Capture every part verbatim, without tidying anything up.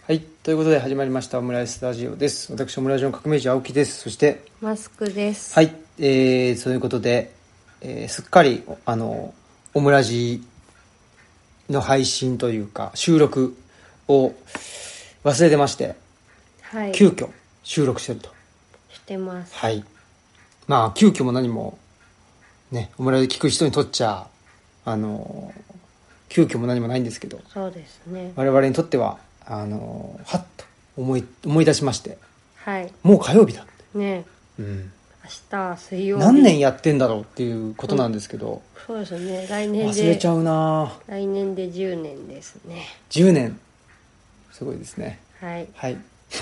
はい、ということで始まりましたオムライスラジオです。私オムラジオの革命児青木です。そしてマスクです。 はい、えー、そういうことで、えー、すっかりあのオムラジの配信というか収録を忘れてまして、 はい、 急遽収録してるとしてます。 はい、まあ急遽も何もね、オムラジ聞く人にとっちゃあの急遽も何もないんですけど、 そうですね、 我々にとってはあのはっと思い思い出しまして、 はい、 もう火曜日だね、 うん、 明日水曜日何年やってんだろうっていうことなんですけど、 うん、そうですね、来年で忘れちゃうな。 来年でじゅうねんですね。 じゅうねん、すごいですね。 はいはい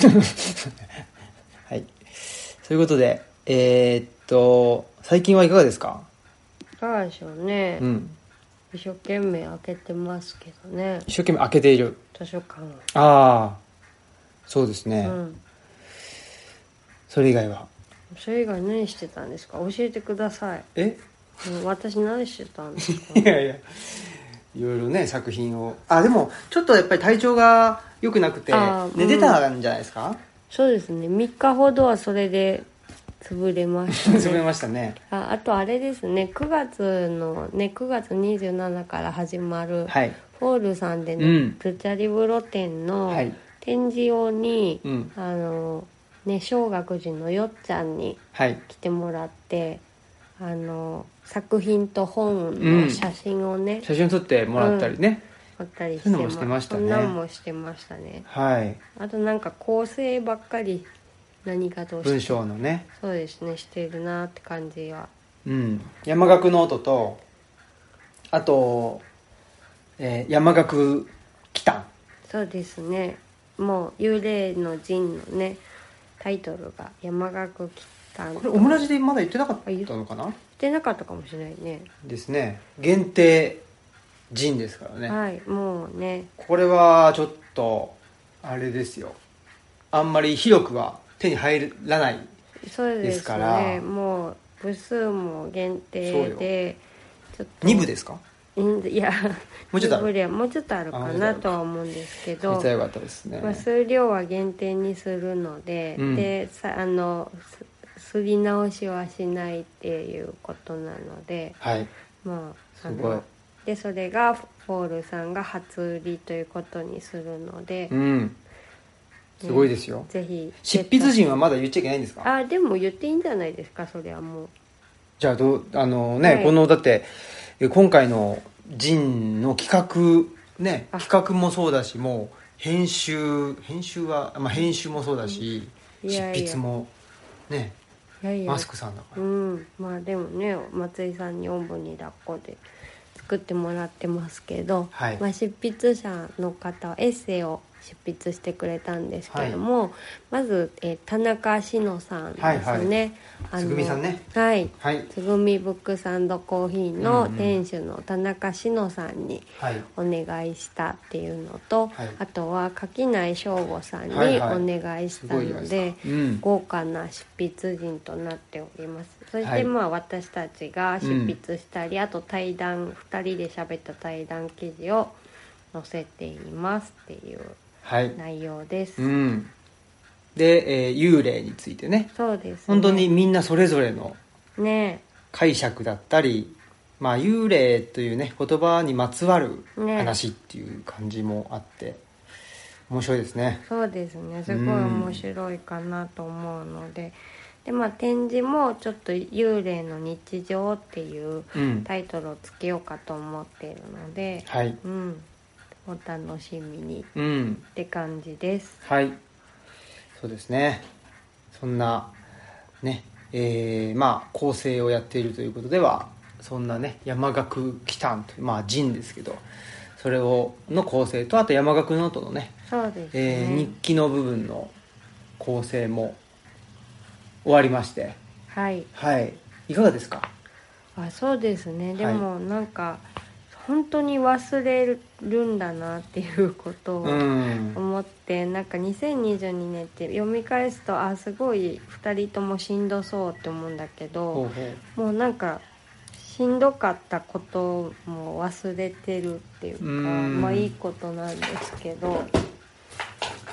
はいそういうことで、えー、っと最近はいかがですか？ いかがでしょうね、 うん、 一生懸命開けてますけどね。 一生懸命開けている。 図書館ああ、そうですね、 うん、 それ以外はそれ以外何してたんですか？教えてください。 えうん、私何してたんですか？ いやいや、いろいろね作品を、あでもちょっとやっぱり体調が良くなくて寝てたんじゃないですか？うん、 そうですね、みっかほどはそれで潰れましたね潰れましたね。 あ, あとあれですね、くがつのねくがつにじゅうしちから始まる、 はい、 フォールさんでのルチャリブロ展の展示用に、 うん、 あのね小学寺のよっちゃんに来てもらって、はい、あの作品と本の写真をね、うん、 写真撮ってもらったりね、 うん、撮ったりして、 そういうのもしてましたね。 そんなんもしてましたね。 はい。 あとなんか構成ばっかり何かと文章のね、 そうですねしてるなって感じは、 うん、山岳ノートとあと、えー、山岳祈祷。 そうですね、もう幽霊の陣のねタイトルが山岳祈祷。 これオムラジでまだ言ってなかったのかな？言ってなかったかもしれないね。 ですね、限定陣ですからね。 はい、もうねこれはちょっとあれですよ、あんまり広くは手に入らないですから。 そうですね、もう部数も限定でちょっとに部ですか？ いやもうちょっとあるもうちょっとあるかなとは思うんですけど、 よかったですね。 まあ、数量は限定にするので、うん、でさあのすり直しはしないっていうことなので、 はい、 まあ、 すごい。 でそれがフォールさんが初売りということにするので、 うん、すごいですよ、 ね、ぜひ執筆陣はまだ言っちゃいけないんですか？ あでも言っていいんじゃないですか、それはもう。 じゃあどうあのね、はい、このだって今回の陣の企画ね、企画もそうだし、もう編集編集は、まあ、編集もそうだし、うん、いやいや執筆もね、いやいやマスクさんだから、 うん、まあでもね松井さんにおんぶに抱っこで作ってもらってますけど、はい、まあ、執筆者の方はエッセイを執筆してくれたんですけども、はい、まず、えー、田中志乃さんですね、はいはい、 つぐみさんね、 はい、はい、つぐみブックサンドコーヒーの店主の田中志乃さんにお願いしたっていうのと、はい、あとは垣内翔吾さんにお願いしたので、はいはい、うん、豪華な執筆陣となっております。そしてまあ私たちが執筆したり、うん、あと対談ふたりで喋った対談記事を載せていますっていう内容です、 はい、うん、で、えー、幽霊についてね、 そうですね、 本当にみんなそれぞれのね解釈だったり、まあ、幽霊というね言葉にまつわる話っていう感じもあって、ね、面白いですね。 そうですね、すごい面白いかなと思うので、でまあ、展示もちょっと幽霊の日常っていうタイトルをつけようかと思っているので、 はい、 うん、お楽しみにって感じです、 うん、はい、そうですね。そんなね、えー、まあ構成をやっているということでは、そんなね山岳祈祷という、まあ陣ですけど、それをの構成と、あと山岳ノートのね、 そうですね、 えー、日記の部分の構成も終わりまして、 はい、 はい、いかがですか？ あ、そうですね、でもなんか、はい、本当に忘れるんだなっていうことを思って、うん、なんかにせんにじゅうにねんって読み返すと、あすごいふたりともしんどそうって思うんだけど、ほうほう、もうなんかしんどかったことも忘れてるっていうか、うん、まあいいことなんですけど、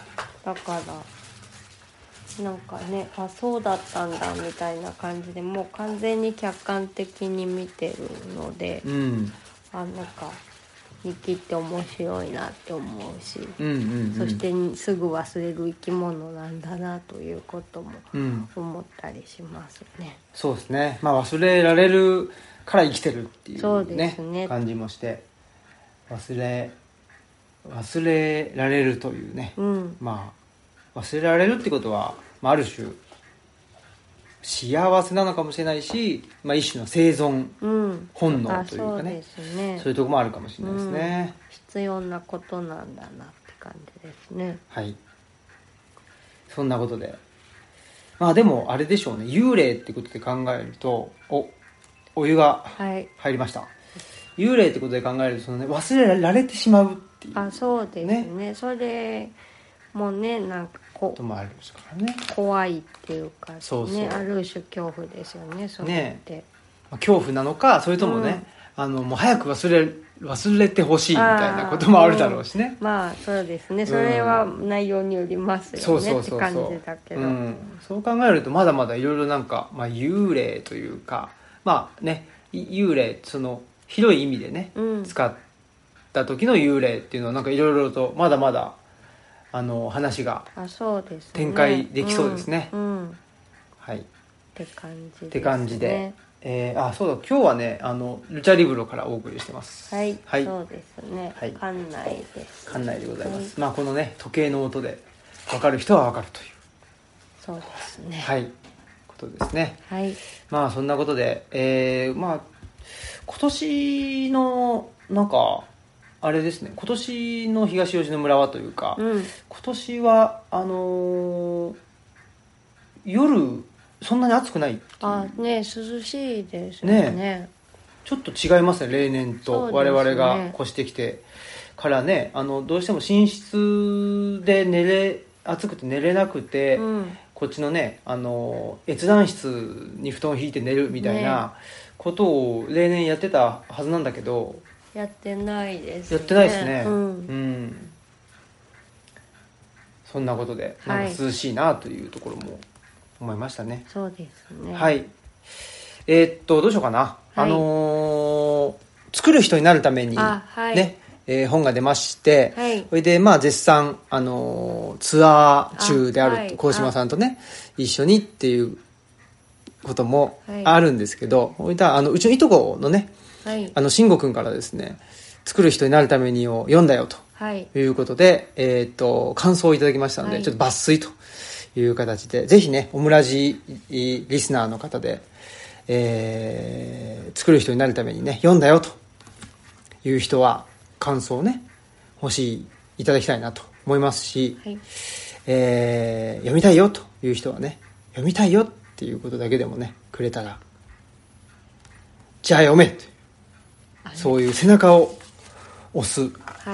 だからなんかね、あ、そうだったんだみたいな感じで、もう完全に客観的に見てるので、 うん、 あ、なんか日記って面白いなって思うし、 うんうんうん、 そしてすぐ忘れる生き物なんだなということも思ったりしますね、うん、 そうですね、まあ、忘れられるから生きてるっていうね、 そうですね、 感じもして、忘れ忘れられるというね、 うん、 まあ忘れられるってことは、まあ、ある種幸せなのかもしれないし、まあ、一種の生存本能というかね、うん、そうですね、そういうところもあるかもしれないですね、 うん、必要なことなんだなって感じですね。 はい、そんなことで、まあでもあれでしょうね、幽霊ってことで考えると、おお湯が入りました、はい、幽霊ってことで考えるとその、ね、忘れられてしまうっていう、ね、 あ、そうですね、それもね、なんかこともあるんですからね、 怖いっていうか、ね、 そうそう、 ある種恐怖ですよね、それって、ね、 恐怖なのか、それともね、うん、あのもう早く忘れ忘れてほしいみたいなこともあるだろうしね、 うん、まあそうですね、それは内容によりますよね、うん、って感じだけど、うん、 そう考えるとまだまだいろいろなんか、まあ、幽霊というか、まあね、幽霊、その広い意味でね、うん、使った時の幽霊っていうのはなんかいろいろとまだまだあの話が展開できそうですね、 うんうん、 はいって感じですね。 って感じで、えー、あ、そうだ、今日はね、あのルチャリブロからお送りしてます。 はい、はい、そうですね、はい、館内です。 館内でございます、はい、まあこのね、時計の音で分かる人は分かるという、 そうですね、 はい、ことですね。 はい、 まあそんなことで、えー、まあ今年のなんかあれですね、今年の東吉野村はというか、うん、今年はあのー、夜そんなに暑くないっていう、 あ、ね、涼しいですよね。ね、 ちょっと違いますね、例年と、ね、我々が越してきてからね、あのどうしても寝室で寝れ暑くて寝れなくて、うん、こっちのね、あの閲覧室に布団を引いて寝るみたいなことを例年やってたはずなんだけど、 やってないですね。 やってないですね、うん、うん、そんなことでなんか涼しいなというところも思いましたね。 そうですね。 はい。えー、っとどうしようかな。はい、あのー、作る人になるためにね、はい、えー、本が出まして、はい、それでまあ絶賛あのー、ツアー中である、はい、鴻島さんとね一緒にっていうこともあるんですけど、はい、あのうちのいとこのね、はい、あの慎吾くんからですね、作る人になるためにを読んだよということで、はい、えー、っと感想をいただきましたので、はい、ちょっと抜粋という形で、ぜひねオムラジリスナーの方で、えー、作る人になるためにね読んだよという人は感想をね欲しいいただきたいなと思いますし、はい、えー、読みたいよという人はね読みたいよっていうことだけでもねくれたら、じゃあ読めという、そういう背中を押す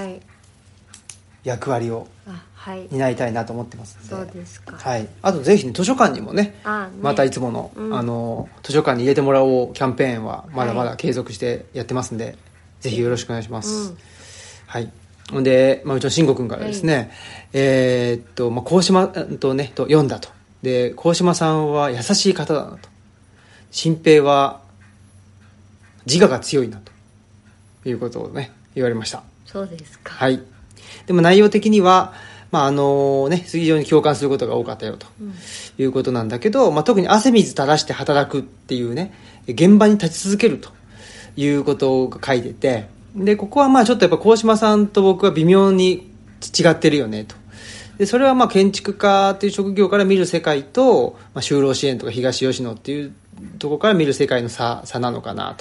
役割を担いたいなと思ってますので、 はい、そうですか、 はい、あとぜひ、ね、図書館にも ね, ねまたいつも の,、うん、あの図書館に入れてもらおうキャンペーンはまだまだ継続してやってますんで、はい、ぜひよろしくお願いします、うん、はい。で、まあ、うちの慎吾くんからですね、はい、えー、っと、まあ、鴻島とねと読んだと、で鴻島さんは優しい方だなと、新平は自我が強いなということをね言われました。 そうですか。 はい。でも内容的には、まああのね、非常に共感することが多かったよということなんだけど、うん、まあ、特に汗水垂らして働くっていうね、現場に立ち続けるということが書いてて、でここはまあちょっとやっぱ鴻島さんと僕は微妙に違ってるよねと。でそれはまあ建築家という職業から見る世界と、まあ、就労支援とか東吉野っていうところから見る世界の 差, 差なのかなと。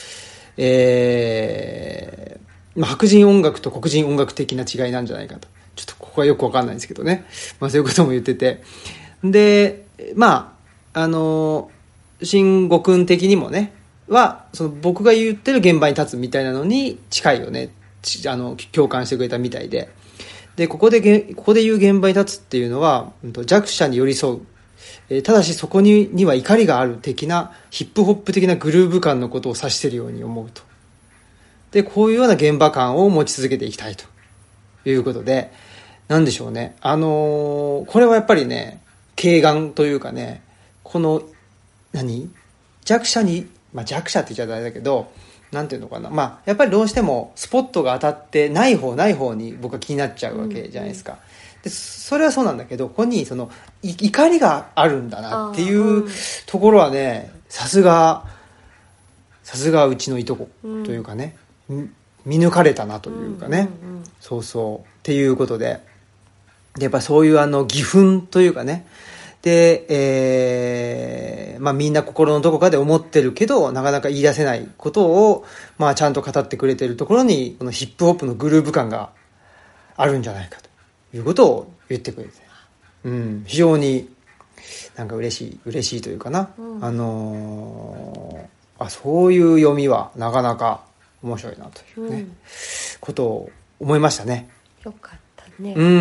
えーまあ、白人音楽と黒人音楽的な違いなんじゃないかと。ちょっとここはよく分かんないんですけどね、まあ、そういうことも言ってて、でまああの慎吾君的にもねはその僕が言ってる現場に立つみたいなのに近いよね、あの共感してくれたみたいで、でここでここで言う現場に立つっていうのは弱者に寄り添う、えー、ただしそこ に, には怒りがある的なヒップホップ的なグルーヴ感のことを指しているように思うと。でこういうような現場感を持ち続けていきたいということで、 なんでしょうね、あのー、これはやっぱりね軽眼というかね、この何弱者に、まあ、弱者って言っちゃダメだけど、なんていうのかな、まあやっぱりどうしてもスポットが当たってない方ない方に僕は気になっちゃうわけじゃないですか、うんうん、でそれはそうなんだけど、ここにその怒りがあるんだなっていうところはね、さすがさすがうちのいとこというかね、うん、見抜かれたなというかね、うんうんうん、そうそうっていうことで、でやっぱそういうあの義憤というかね、で、えーまあ、みんな心のどこかで思ってるけどなかなか言い出せないことを、まあ、ちゃんと語ってくれてるところにこのヒップホップのグルーヴ感があるんじゃないかということを言ってくれて、うん、非常になんか嬉しい嬉しいというかな、うん、あのー、あそういう読みはなかなか面白いなというね、うん、ことを思いましたね。 よかったね。 うん、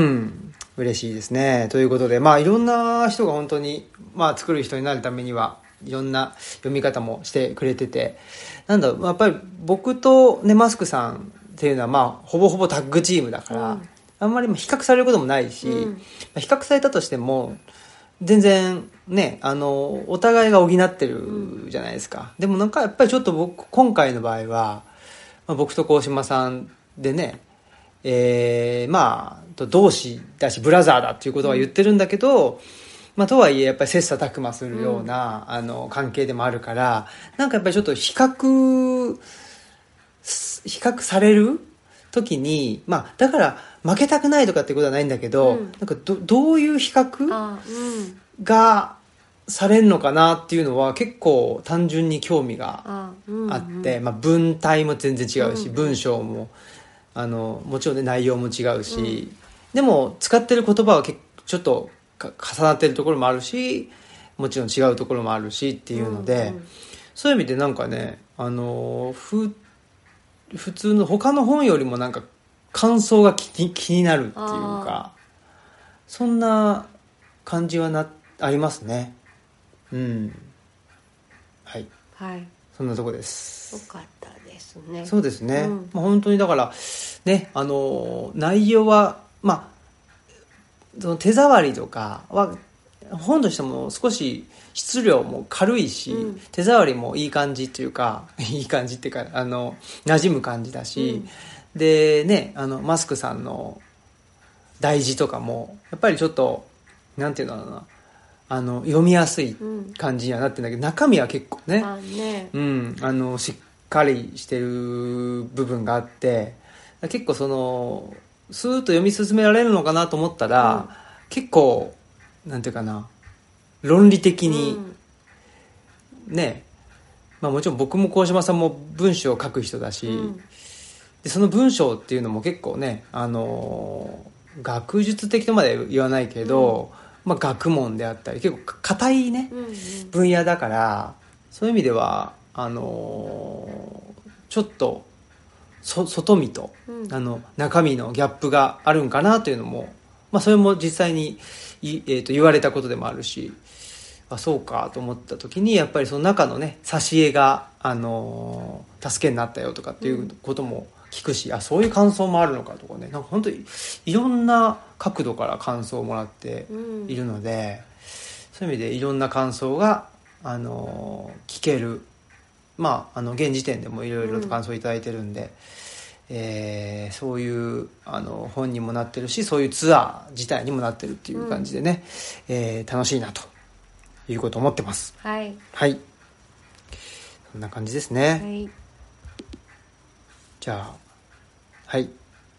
嬉しいですね。ということで、まあいろんな人が本当に、まあ、作る人になるためにはいろんな読み方もしてくれてて、なんだろう、やっぱり僕とねマスクさんっていうのはまあほぼほぼタッグチームだから、うん、あんまり比較されることもないし、うん、比較されたとしても全然ね、あのお互いが補ってるじゃないですか、うん、でもなんかやっぱりちょっと僕今回の場合は、まあ、僕と鴻島さんでね、えー、まあ同志だしブラザーだっていうことは言ってるんだけど、うん、まあ、とはいえやっぱり切磋琢磨するような、うん、あの関係でもあるから、なんかやっぱりちょっと比較比較される時に、まあだから負けたくないとかってことはないんだけど、うん、なんか ど, どういう比較がされるのかなっていうのは結構単純に興味があって、うんうん、まあ、文体も全然違うし、うんうん、文章もあのもちろんね内容も違うし、うん、でも使ってる言葉は結構ちょっと重なってるところもあるし、もちろん違うところもあるしっていうので、うんうん、そういう意味でなんかね、あのふ普通の他の本よりもなんか感想が気に、気になるっていうか、そんな感じはなありますね。うんはい、 はい、 そんなとこです。 よかったですね。 そうですね、 うん、 まあ、本当にだからね、あの内容はまあその手触りとかは本としても少し質量も軽いし、うん、手触りもいい感じっていうかいい感じっていうかあの馴染む感じだし、うん、でね、あのマスクさんの題字とかもやっぱりちょっとなんていうんだろうな、あの読みやすい感じにはなってるんだけど、うん、中身は結構ね、 あね、 うん、あのしっかりしてる部分があって、結構そのスーッと読み進められるのかなと思ったら、うん、結構なんていうかな、論理的に、うん、ね、まあ、もちろん僕も鴻島さんも文章を書く人だし、うん、でその文章っていうのも結構ね、あのー、学術的とまで言わないけど、うん、まあ、学問であったり結構硬いね、うんうん、分野だから、そういう意味ではあのー、ちょっとそ外見と、うん、あの中身のギャップがあるんかなというのも、まあ、それも実際にい、えー、と言われたことでもあるし、あそうかと思った時にやっぱりその中のね挿絵が、あのー、助けになったよとかっていうことも聞くし、うん、あそういう感想もあるのかとかね、なんか本当にいろんな角度から感想をもらっているので、うん、そういう意味でいろんな感想が、あのー、聞ける、まあ、あの現時点でもいろいろと感想いただいてるんで、うん、えー、そういうあの本にもなってるし、そういうツアー自体にもなってるっていう感じでね、うん、えー、楽しいなということを思ってます。 はい、 はい、そんな感じですね。 はい、 じゃあはい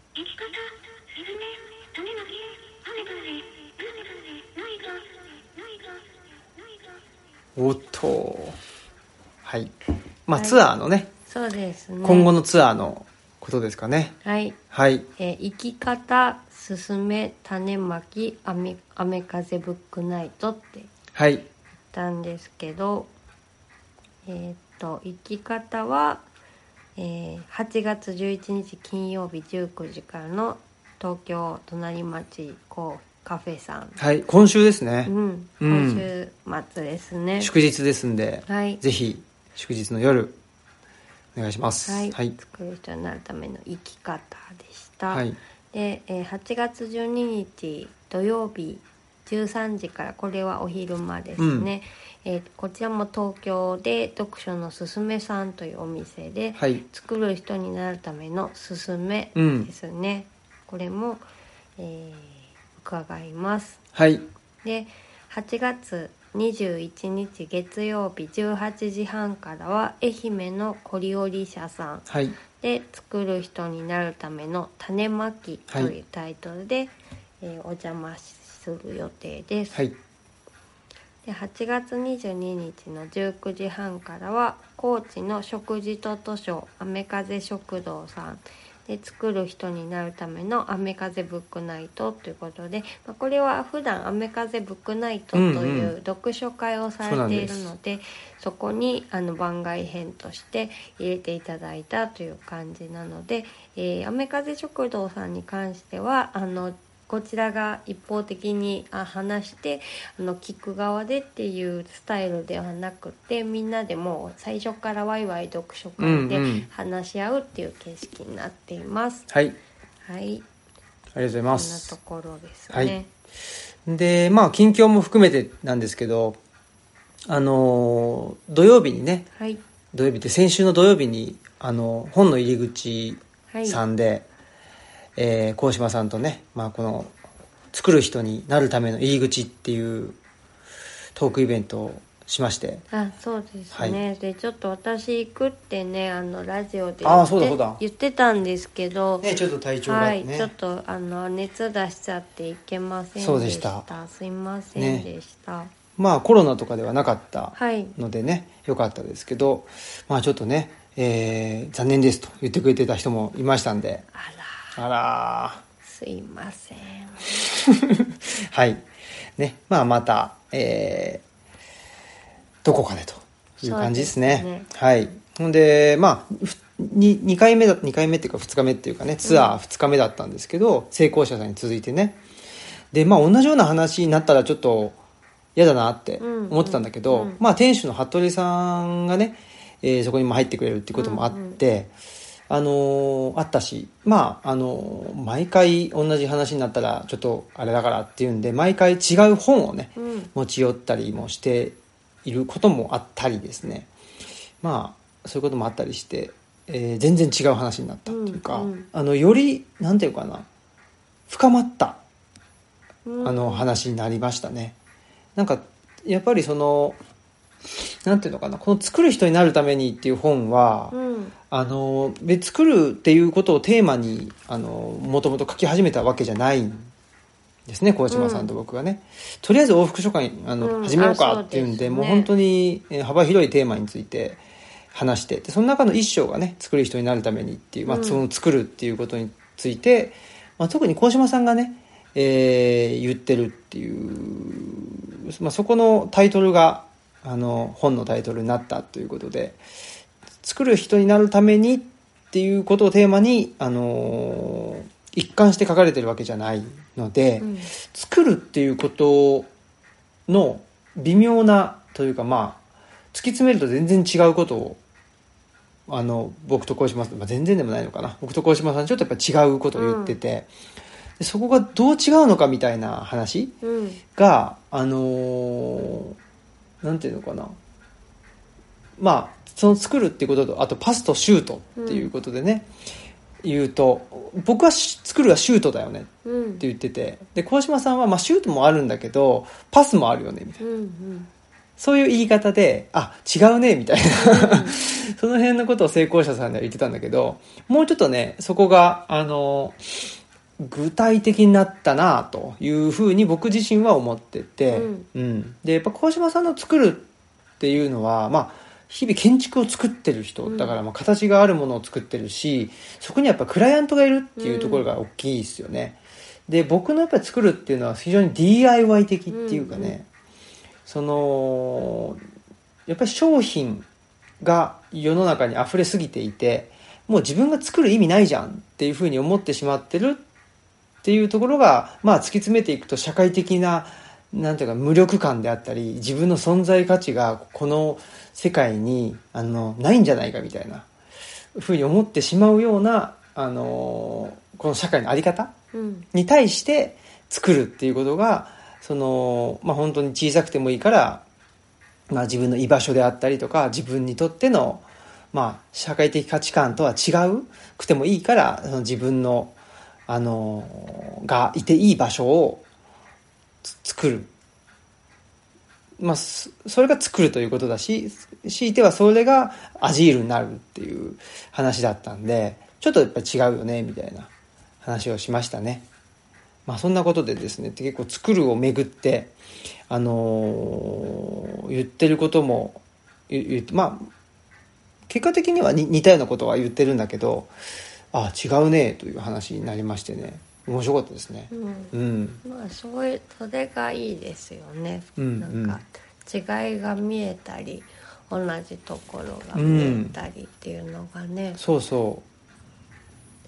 おっとはい、まあ、はい、ツアーのね、 そうですね、 今後のツアーのことですかね。 はい、 はい、 えー、生き方すすめ種まき雨雨風ブックナイトって言ったんですけど、はい、えっと生き方は、えー、はちがつじゅういちにち金曜日じゅうくじからの東京隣町こうカフェさん、 はい、今週ですね、 うん、今週末ですね、うん、 祝日ですんで、 はい、 ぜひ祝日の夜お願いします。 はい、 はい、 作る人になるための生き方でした。 はい、 で、えー、はちがつじゅうににち土曜日じゅうさんじから、これはお昼間ですね、うん、えー、こちらも東京で読書のすすめさんというお店で、はい、作る人になるためのすすめですね、うん、これも、えー、伺います。 はい。 ではちがつにじゅういちにち月曜日じゅうはちじはんからは愛媛のコリオリ社さんで、作る人になるための種まきというタイトルで、はい、えー、お邪魔する予定です。はい、ではちがつにじゅうににちのじゅうくじはんからは高知の食事と図書雨風食堂さんで、作る人になるための雨風ブックナイトということで、まあ、これは普段雨風ブックナイトという読書会をされているので、うんうん、そ, そこにあの番外編として入れていただいたという感じなので、えー、雨風食堂さんに関してはあのこちらが一方的に話してあの聞く側でっていうスタイルではなくて、みんなでもう最初からワイワイ読書会で話し合うっていう形式になっています。 はい、 はい、ありがとうございます。 そんなところですね。 はい、でまあ近況も含めてなんですけど、あの土曜日にね、はい、土曜日って先週の土曜日にあの本の入り口さんで、はい、えー、鴻島さんとね、まあ、この作る人になるための入り口っていうトークイベントをしまして。 あ、そうですね、はい、でちょっと私行くってね、あのラジオで言って、あ、そうだそうだ言ってたんですけど、 ね、ちょっと体調がね、はい、 ちょっとあの熱出しちゃっていけませんでした。そうでした。すいませんでした、ね、 まあコロナとかではなかったのでね、はい、よかったですけど、まあちょっとね、えー、残念ですと言ってくれてた人もいましたんで、 あらあらすいませんはいね、まあまた、えー、どこかでという感じですね。ですね、はい。ほんでまあ 2, 2回目だ2回目っていうかふつかめっていうかね、ツアーふつかめだったんですけど、うん、成功者さんに続いてね、でまあ同じような話になったらちょっと嫌だなって思ってたんだけど、うんうんうん、まあ店主の服部さんがね、えー、そこにも入ってくれるっていうこともあって、うんうん、あのー、あったし、まああのー、毎回同じ話になったらちょっとあれだからっていうんで、毎回違う本をね、うん、持ち寄ったりもしていることもあったりですね、まあそういうこともあったりして、えー、全然違う話になったっていうか、うんうん、あのよりなんていうかな、深まった、うん、あの話になりましたね。なんかやっぱりそのなんていうのかな、この作る人になるためにっていう本は、うん、あので作るっていうことをテーマにあのもともと書き始めたわけじゃないんですね、鴻島さんと僕がね、うん、とりあえず往復書簡あの、うん、始めようかっていうんで、もう本当に幅広いテーマについて話して、でその中の一章がね、作る人になるためにっていう、まあ、その作るっていうことについて、まあ、特に鴻島さんがね、えー、言ってるっていう、まあ、そこのタイトルがあの本のタイトルになったということで、作る人になるためにっていうことをテーマに、あのー、一貫して書かれてるわけじゃないので、うん、作るっていうことの微妙なというか、まあ突き詰めると全然違うことをあの僕と鴻島さん、まあ、全然でもないのかな、僕と鴻島さんちょっとやっぱ違うことを言ってて、うん、そこがどう違うのかみたいな話が、うん、あのー、なんていうのかな、まあその作るっていうことと、あとパスとシュートっていうことでね、うん、言うと、僕は作るはシュートだよねって言ってて、で鴻島さんはまあシュートもあるんだけどパスもあるよねみたいな、うんうん、そういう言い方で、あ、違うねみたいな、うん、その辺のことを成功者さんでは言ってたんだけど、もうちょっとねそこがあの具体的になったなというふうに僕自身は思ってて、うんうん、でやっぱ鴻島さんの作るっていうのは、まあ日々建築を作ってる人だから、まあ形があるものを作ってるし、そこにやっぱクライアントがいるっていうところが大きいですよね、うん、で僕のやっぱり作るっていうのは非常に ディーアイワイ 的っていうかね、うんうん、そのやっぱり商品が世の中に溢れすぎていて、もう自分が作る意味ないじゃんっていうふうに思ってしまってるっていうところが、まあ突き詰めていくと社会的ななんていうか無力感であったり、自分の存在価値がこの世界にあのないんじゃないかみたいなふうに思ってしまうような、あのこの社会のあり方に対して作るっていうことが、その、まあ、本当に小さくてもいいから、まあ、自分の居場所であったりとか、自分にとっての、まあ、社会的価値観とは違うくてもいいから、その自分の、あの、がいていい場所を作る。まあ、それが作るということだし、強いてはそれがアジールになるっていう話だったんで、ちょっとやっぱ違うよね、みたいな話をしましたね。まあ、そんなことでですね、結構作るをめぐって、あのー、言ってることも言って、まあ結果的には似たようなことは言ってるんだけど、あ違うねという話になりましてね、面白かったですね。うん、 うん、まあそういうそれがいいですよね。うん、なんか違いが見えたり同じところが見えたりっていうのがね、 うん、そうそう。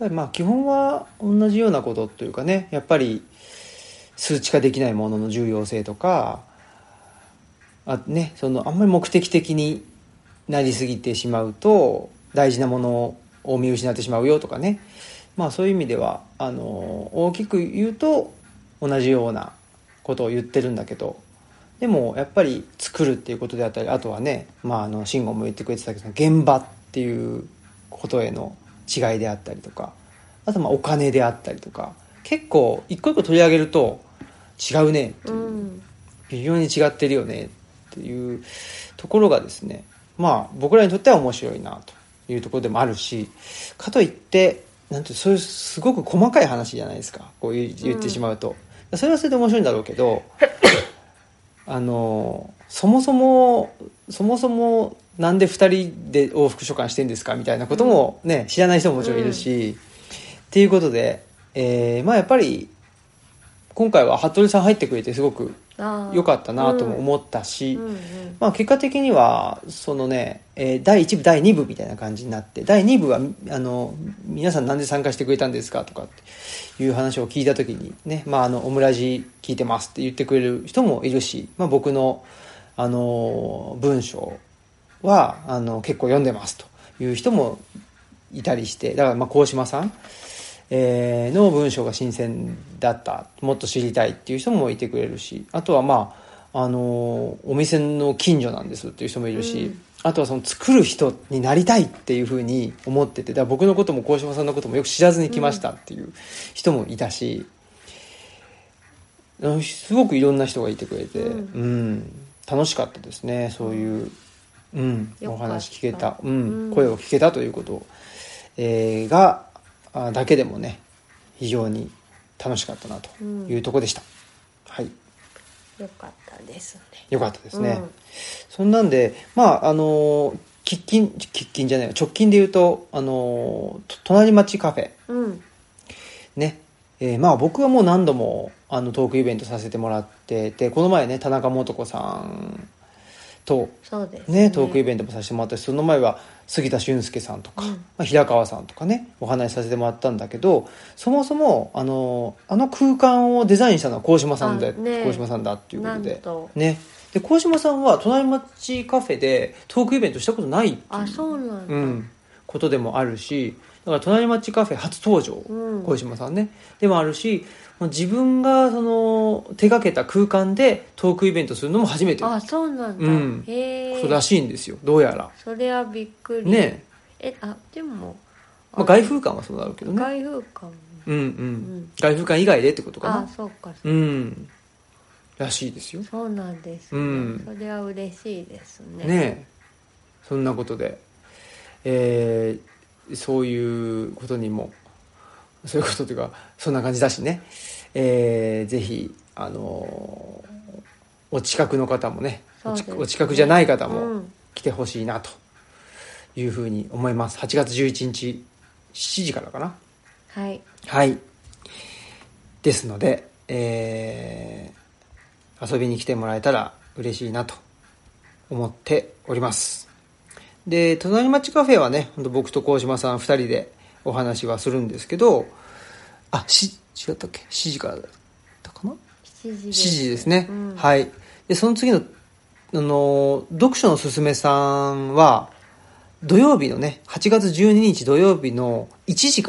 まあ基本は同じようなことというかね、やっぱり数値化できないものの重要性とか、あね、そのあんまり目的的になりすぎてしまうと大事なものを見失ってしまうよとかね、まあそういう意味ではあの大きく言うと同じようなことを言ってるんだけど、でもやっぱり作るっていうことであったり、あとはね、まああの慎吾も言ってくれてたけど現場っていうことへの違いであったりとか、あとまあお金であったりとか、結構一個一個取り上げると違うねっていう、うん、微妙に違ってるよねっていうところがですね、まあ僕らにとっては面白いなというところでもあるし、かといってなんてそういうすごく細かい話じゃないですか、こう言ってしまうと、うん、それはそれで面白いんだろうけどあのそもそもそもそもなんでふたりで往復書簡してんですかみたいなこともね、うん、知らない人ももちろんいるし、うん、っていうことで、えー、まあやっぱり今回は服部さん入ってくれてすごく良かったなとも思ったし、うんうんうん、まあ、結果的にはそのね、えー、だいいち部だいに部みたいな感じになって、だいに部はあの皆さんなんで参加してくれたんですかとかっていう話を聞いた時にね、まあ、あのオムラジ聞いてますって言ってくれる人もいるし、まあ、僕の、あの文章はあの結構読んでますという人もいたりして、だからまあ鴻島さんえー、の文章が新鮮だった、もっと知りたいっていう人もいてくれるし、あとはまあ、あのー、お店の近所なんですっていう人もいるし、うん、あとはその作る人になりたいっていうふうに思ってて、だから僕のことも鴻島さんのこともよく知らずに来ましたっていう人もいたし、うん、すごくいろんな人がいてくれて、うんうん、楽しかったですね。そういう、うん、お話聞けた、うん、声を聞けたということ、えー、がだけでもね非常に楽しかったなというところでした、うん、はい、 よかったですね。 よかったですね、うん、そんなんでまああの喫緊喫緊じゃない直近で言うとあの隣町カフェ、うん、ね、えー、まあ僕はもう何度もあのトークイベントさせてもらってて、この前ね田中素子さんとそうですね、 ね、トークイベントもさせてもらったし、その前は杉田俊介さんとか、うん、まあ、平川さんとかねお話しさせてもらったんだけど、そもそもあのあの空間をデザインしたのは鴻島さんで、ね、鴻島さんだっていうことでね、で鴻島さんは隣町カフェでトークイベントしたことないっていう、 あ、そうなんだ、 うん、ことでもあるし、だから隣町カフェ初登場、うん、鴻島さんねでもあるし、自分がその手掛けた空間でトークイベントするのも初めて。 あ、そうなんだ、うん、へえ、 そうらしいんですよ、どうやら。 それはびっくりねえ、あ、でも、 まあ、外風館はそうだろうけどね、 外風館、 うんうん、うん、外風館以外でってことかな。 あ、そうかそうか、 うんらしいですよ。 そうなんですね、うん、それは嬉しいですね。 ねえ、そんなことで、えー、そういうことにもそういうことというかそんな感じだしね、えー、ぜひあのー、お近くの方も ね, ねお近くじゃない方も来てほしいなというふうに思います。はちがつじゅういちにちしちじからかな。 はいはいですので、えー、遊びに来てもらえたら嬉しいなと思っております。で隣町カフェはね、僕と鴻島さんふたりでお話はするんですけど、あ、し違ったっけしちじからだったかな。 しちじです、 しちじですね、うん、はい。でその次の、あの読書のすすめさんは土曜日のねはちがつじゅうににち土曜日のいちじから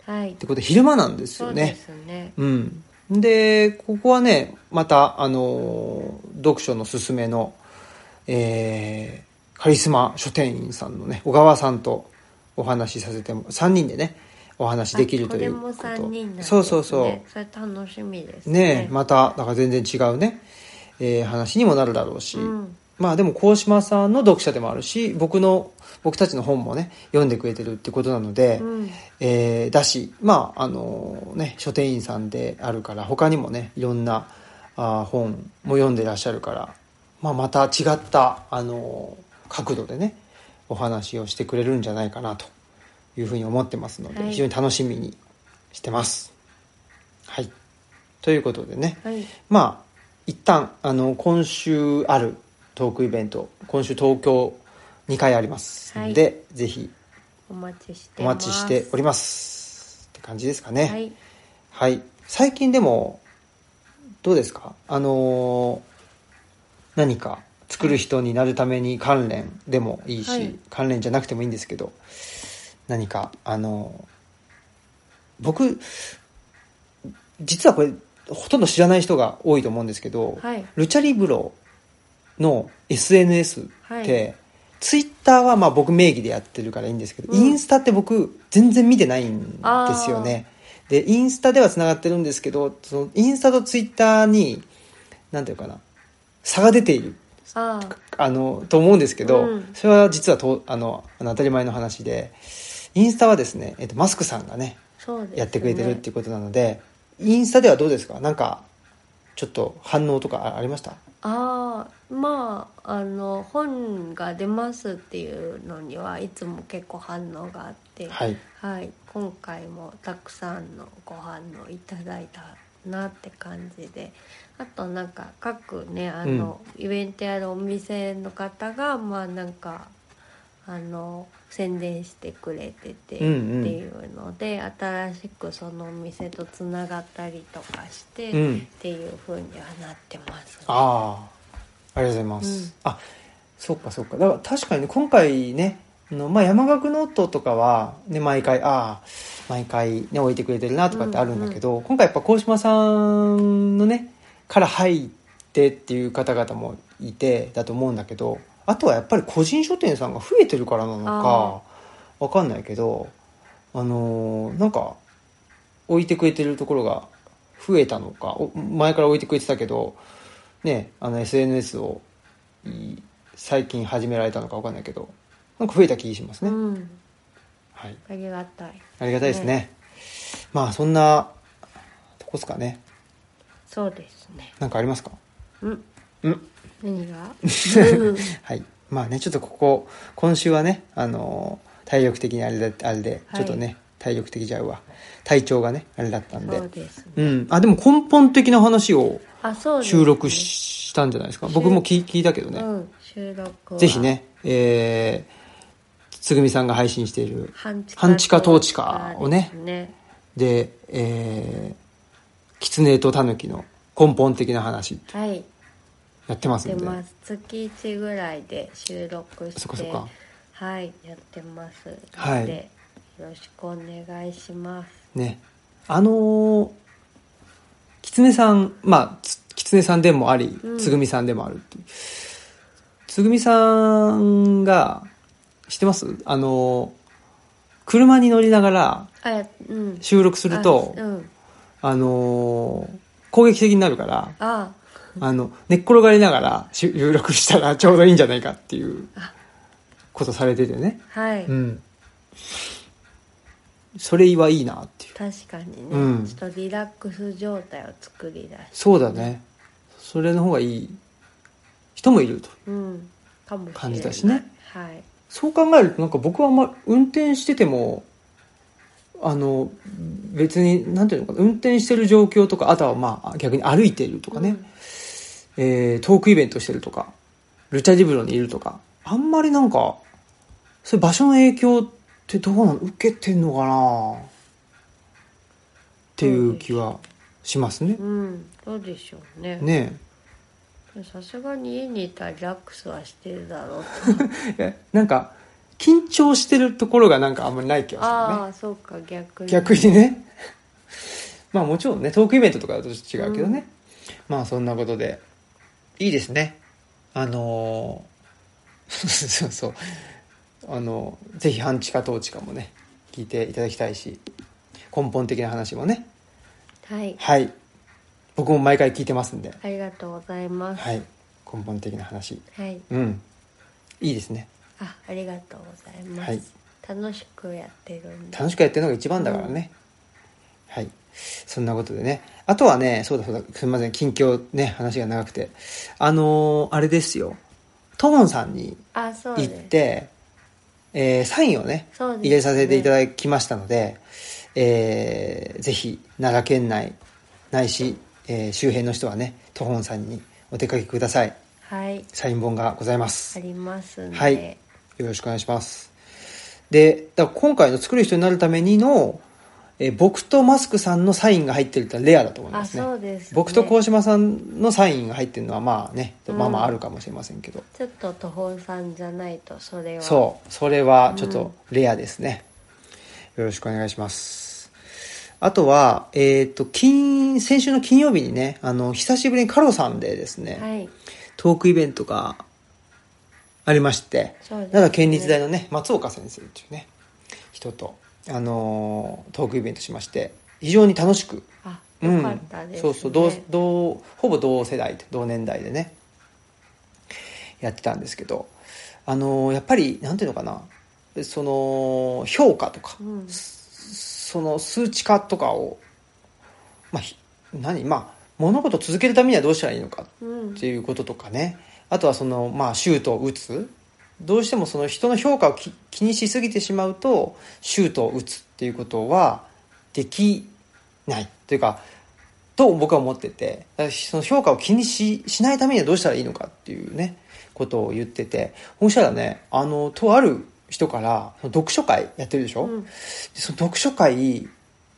はい、 ってことで昼間なんですよね。 そうですね。 うん。でここはねまたあの読書のすすめの、えー、カリスマ書店員さんのね小川さんとお話しさせてもさんにんでねお話できるということ。 これもさんにんなんですね。 そうそうそう。 それ楽しみですね。 ね。 まただから全然違うね、えー、話にもなるだろうし、 うん、 まあでも鴻島さんの読者でもあるし僕の僕たちの本もね読んでくれてるってことなので、 うん、 えー、だしまああのね書店員さんであるから他にもねいろんなあ本も読んでらっしゃるから、まあ、また違ったあの角度でねお話をしてくれるんじゃないかなというふうに思ってますので、はい、非常に楽しみにしてます。はい、ということでね、 はい、 まあ一旦あの今週あるトークイベント今週東京にかいありますので、はい、ぜひお待ちしてお待ちしておりますって感じですかね。 はい、 はい、最近でもどうですか、あのー、何か作る人になるために関連でもいいし、はい、関連じゃなくてもいいんですけど何かあのー、僕実はこれほとんど知らない人が多いと思うんですけど、 はい、 ルチャリブロの エスエヌエスって、はい、ツイッターはまあ僕名義でやってるからいいんですけど、うん、インスタって僕全然見てないんですよね。でインスタではつながってるんですけどそのインスタとツイッターになんていうかな差が出ているああのと思うんですけど、うん、それは実はとあのあの当たり前の話でインスタはですね、えっと、マスクさんが ね, ねやってくれてるっていうことなのでインスタではどうですか、なんかちょっと反応とかありました？ ああまああの本が出ますっていうのにはいつも結構反応があって、 はいはい、今回もたくさんのご反応いただいたなって感じで、あとなんか各ねあの、うん、イベントやるお店の方がまあなんかあの宣伝してくれててっていうので、うんうん、新しくそのお店とつながったりとかして、うん、っていう風にはなってます、ね、 ああありがとうございます、うん、あそっかそっかだから確かに、ね、今回ねの、まあ、山岳ノートとかは、ね、毎回ああ毎回、ね、置いてくれてるなとかってあるんだけど、うんうん、今回やっぱ鴻島さんのねから入ってっていう方々もいてだと思うんだけど、あとはやっぱり個人書店さんが増えてるからなのかわかんないけど、あのー、なんか置いてくれてるところが増えたのか、前から置いてくれてたけどね、あの エスエヌエス を最近始められたのかわかんないけどなんか増えた気がしますね、うん、はい、 ありがたいありがたいですね、ね、まあそんなとこですかね。 そうですね。 なんかありますか？ うんうん何がはいまあねちょっとここ今週はねあのー、体力的にあれであれでちょっとね、はい、体力的じゃうわ体調がねあれだったんで、 そうですね、 うん、あでも根本的な話を収録したんじゃないですか。僕も聞いたけどね、 うん、収録はぜひね、えー、つぐみさんが配信している半地下統治下をね、 ねで、えー、狐と狸の根本的な話、 はいやってますんで、 やってます。月いちぐらいで収録してそかそかはいやってますので、 はい、 よろしくお願いしますね。あのー、狐さんまあ狐さんでもあり、うん、つぐみさんでもあるっていうつぐみさんが知ってます？あのー、車に乗りながら収録すると あ,、うん、あのー、攻撃的になるからああの寝っ転がりながら収録したらちょうどいいんじゃないかっていうことされててね、 はい、 うん、それはいいなっていう。 確かにね、 うん、 ちょっとリラックス状態を作り出して、ね、 そうだね、それの方がいい人もいるという感じだしね、 うん、はい、 そう考えるとなんか僕はあんま運転しててもあの別になんていうのかな、運転してる状況とかあとはまあ逆に歩いているとかね、うん、えー、トークイベントしてるとかルチャリブロにいるとかあんまりなんかそういう場所の影響ってどうなの受けてんのかなっていう気はしますね。 うん、そうでしょうね。 ねえさすがに家にいたらリラックスはしてるだろうとなんか緊張してるところがなんかあんまりない気がするね。 ああそうか、逆に逆にねまあもちろんねトークイベントとかだと違うけどね、うん、まあそんなことでいいですね。あのー、そうそうあのぜひ半地下統治かもね聞いていただきたいし、根本的な話もね、 はいはい僕も毎回聞いてますんで、 ありがとうございます。 はい、根本的な話、 はい、 うんいいですね。 あありがとうございます、 はい、 楽しくやってるんで楽しくやってるのが一番だからね、うん、はいそんなことでね、あとはねそうだそうだすみません近況ね話が長くて、あのー、あれですよ、トモンさんに行って、えー、サインを ね, ね入れさせていただきましたので、えー、ぜひ奈良県内ないし、えー、周辺の人はねトモンさんにお出かけください。 はい、 サイン本がございます。 ありますんで、 はい、よろしくお願いします。でだから今回の作る人になるためにの、えー、僕とマスクさんのサインが入ってるってレアだと思いますね。 あそうですね、 僕と鴻島さんのサインが入ってるのはまあね、うん、まあまああるかもしれませんけど、 ちょっとトホさんじゃないとそれはそうそれはちょっとレアですね、うん、よろしくお願いします。あとは、えっと、金、先週の金曜日にね、あの、久しぶりにカロさんでですね、はい、トークイベントがありまして、そうですね、奈良県立大のね、松岡先生っていうね、人と、あのー、トークイベントしまして、非常に楽しく。 あ、よかったですね。 うん、そうそう、同、同、ほぼ同世代、同年代でね、やってたんですけど、あのー、やっぱり、なんていうのかな、その、評価とか、うんその数値化とかを、まあ、何まあ物事を続けるためにはどうしたらいいのかっていうこととかね、うん、あとはそのまあシュートを打つ、どうしてもその人の評価をき気にしすぎてしまうとシュートを打つっていうことはできないというかと僕は思ってて、その評価を気に し, しないためにはどうしたらいいのかっていうねことを言ってて、そしたらねあのとある人から読書会やってるでしょ、うん、その読書会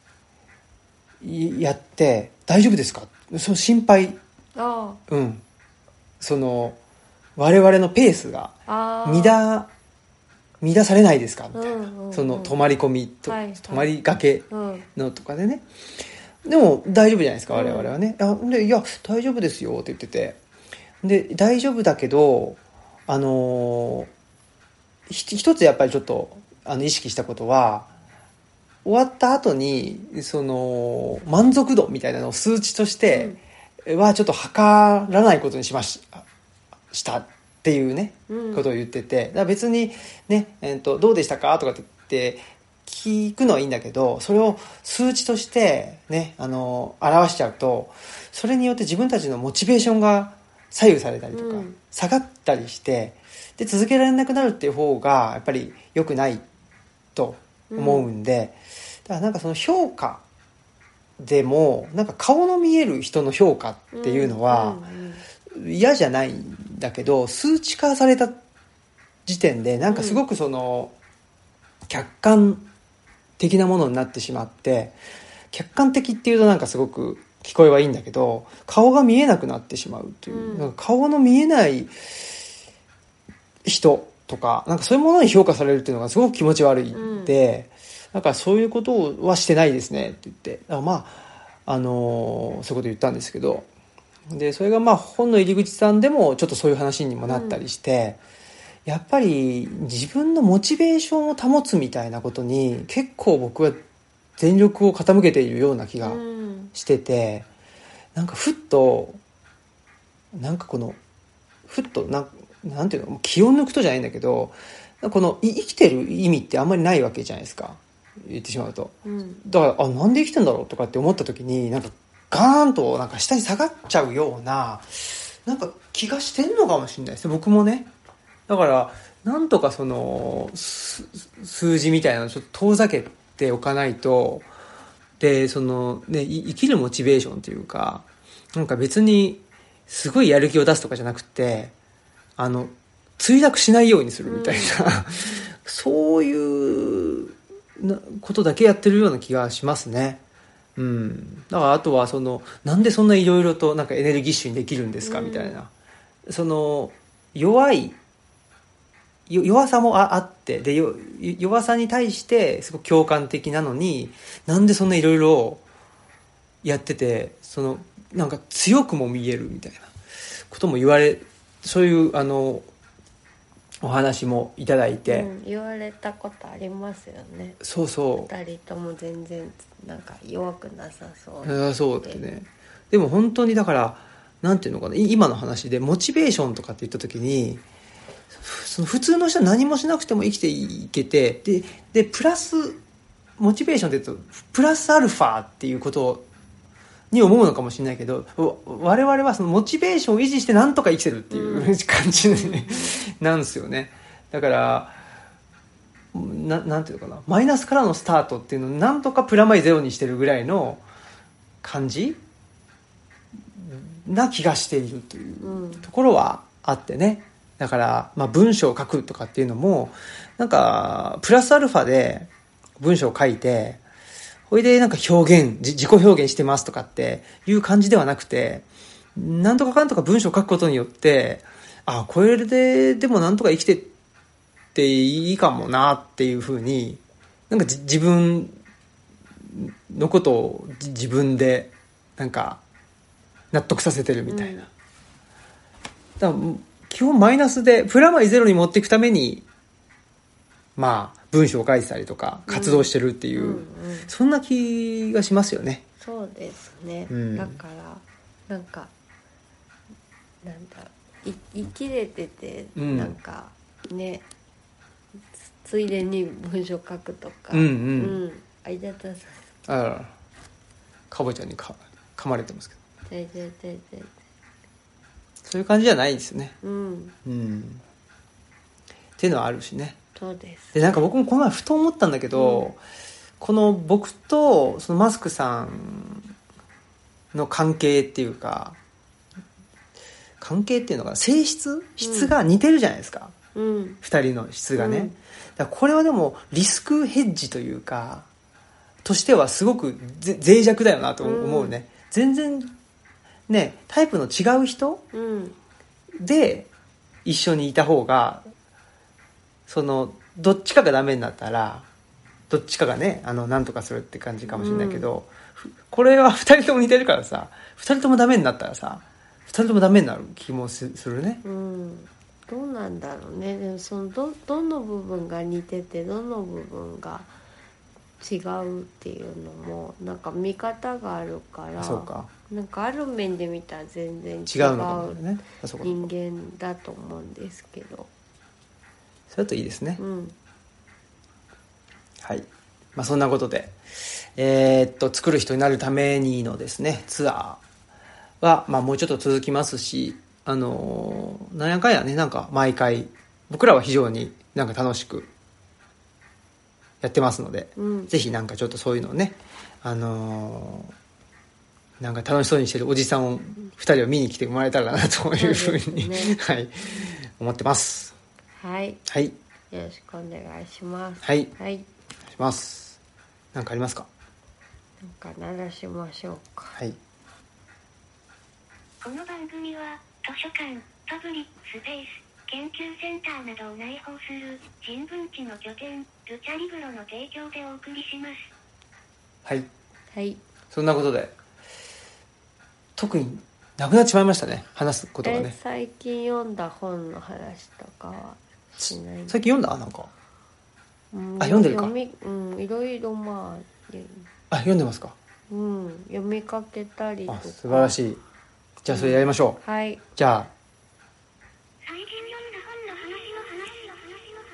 やって大丈夫ですか、その心配、あうんその我々のペースが乱乱されないですかみたいな、うんうんうん、その泊まり込みと、はいはい、泊まりがけのとかでね、うん、でも大丈夫じゃないですか我々はね、うん、あでいや大丈夫ですよって言ってて、で大丈夫だけどあのー一つやっぱりちょっとあの意識したことは、終わった後にその満足度みたいなのを数値としてはちょっと測らないことにしまし、したっていうね、うん、ことを言ってて、だから別にね、えーと、どうでしたかとかって言って聞くのはいいんだけど、それを数値としてねあの表しちゃうと、それによって自分たちのモチベーションが左右されたりとか、うん、下がったりしてで続けられなくなるっていう方がやっぱり良くないと思うんで、うん、だからなんかその評価でもなんか顔の見える人の評価っていうのは嫌じゃないんだけど、数値化された時点でなんかすごくその客観的なものになってしまって、客観的っていうとなんかすごく聞こえはいいんだけど顔が見えなくなってしまうという、うん、なんか顔の見えない人とかなんかそういうものに評価されるっていうのがすごく気持ち悪いんで、うん、なんかそういうことはしてないですねって言って、だからまああのー、そういうこと言ったんですけど、でそれがまあ本の入り口さんでもちょっとそういう話にもなったりして、うん、やっぱり自分のモチベーションを保つみたいなことに結構僕は全力を傾けているような気がしてて、うん、なんかふっとなんかこのふっとなんなんていうの気を抜くとじゃないんだけど、この生きてる意味ってあんまりないわけじゃないですか、言ってしまうと、うん、だからあなんで生きてんだろうとかって思った時になんかガーンとなんか下に下がっちゃうようななんか気がしてんのかもしれないですね、僕もね。だからなんとかその数字みたいなのをちょっと遠ざけておかないと、でそのね生きるモチベーションというか、なんか別にすごいやる気を出すとかじゃなくて、あの墜落しないようにするみたいな、うん、そういうことだけやってるような気がしますね。うん、だからあとはそのなんでそんないろいろとなんかエネルギッシュにできるんですかみたいな、うん、その弱い弱さも あ, あってでよ弱さに対してすごく共感的なのに、なんでそんないろいろやってて、そのなんか強くも見えるみたいなことも言われ、そういうあのお話もいただいて、 うん、言われたことありますよね。 そうそう、 ふたりとも全然なんか弱くなさそうあそうってね。でも本当にだからなんていうのかな、今の話でモチベーションとかって言った時に、その普通の人は何もしなくても生きていけて、ででプラスモチベーションって言うとプラスアルファっていうことに思うのかもしれないけど、我々はそのモチベーションを維持してなんとか生きてるっていう、うん、感じ、ね、なんですよね。だからななんていうのかな、マイナスからのスタートっていうのをなんとかプラマイゼロにしてるぐらいの感じな気がしているというところはあってね。だから、まあ、文章を書くとかっていうのもなんかプラスアルファで文章を書いて、それでなんか表現自己表現してますとかっていう感じではなくて、なんとかかんとか文章を書くことによって、あ、これででもなんとか生きてっていいかもなっていうふうに、なんか自分のことを自分でなんか納得させてるみたいな、うん、だから基本マイナスでプラマイゼロに持っていくためにまあ文章を書いてたりとか活動してるっていう、うんうんうん、そんな気がしますよね。 そうですね、うん、だからなんかなんだい生きれてて、うん、なんかねついでに文章書くとか、うんうんうん、あいだたさあらかぼちゃにか噛まれてますけど、 ででででそういう感じじゃないですね、 うんうん、っていうのはあるしね。 そうです。 でなんか僕もこの前ふと思ったんだけど、うん、この僕とそのマスクさんの関係っていうか、関係っていうのが性質質が似てるじゃないですか、うん、ふたりの質がね、うん、だからこれはでもリスクヘッジというかとしてはすごく脆弱だよなと思うね、うん、全然ねタイプの違う人、うん、で一緒にいた方が、そのどっちかがダメになったらどっちかがねあのなんとかするって感じかもしれないけど、うん、これはふたりとも似てるからさ、ふたりともダメになったらさふたりともダメになる気もするね、 うん、どうなんだろうね。でもその ど, どの部分が似ててどの部分が違うっていうのもなんか見方があるから、 そうか、 なんかある面で見たら全然違う人間だと思うんですけど、 それだといいですね、 うん、 はい、まあ、そんなことで、えー、っと作る人になるためにのですねツアーは、まあ、もうちょっと続きますし、あのー、なんやかんやねなんか毎回僕らは非常になんか楽しくやってますので、うん、ぜひなんかちょっとそういうのをね、あのー、なんか楽しそうにしてるおじさんをふたりを見に来てもらえたらなというふうに、ねはい、思ってます。 はい、 はい、 よろしくお願いします。 はい、 はい、 お願いします。なんかありますか？ なんか鳴らしましょうか。 はい。 この番組は図書館、パブリックスペース、研究センターなどを内包する人文地の拠点ルチャリブロの提供でお送りします。 はいはい。 そんなことで特になくなっちまいましたね、話すことがね。 最近読んだ本の話とかはしない。 最近読んだなんか、 うん、 あ読んでるか。 読み、うん、いろいろまああ読んでますか。 うん、読みかけたりとか。 あ素晴らしい。じゃあそれやりましょう、 うん、はい。 じゃあ最近読んだ本の話の話の話の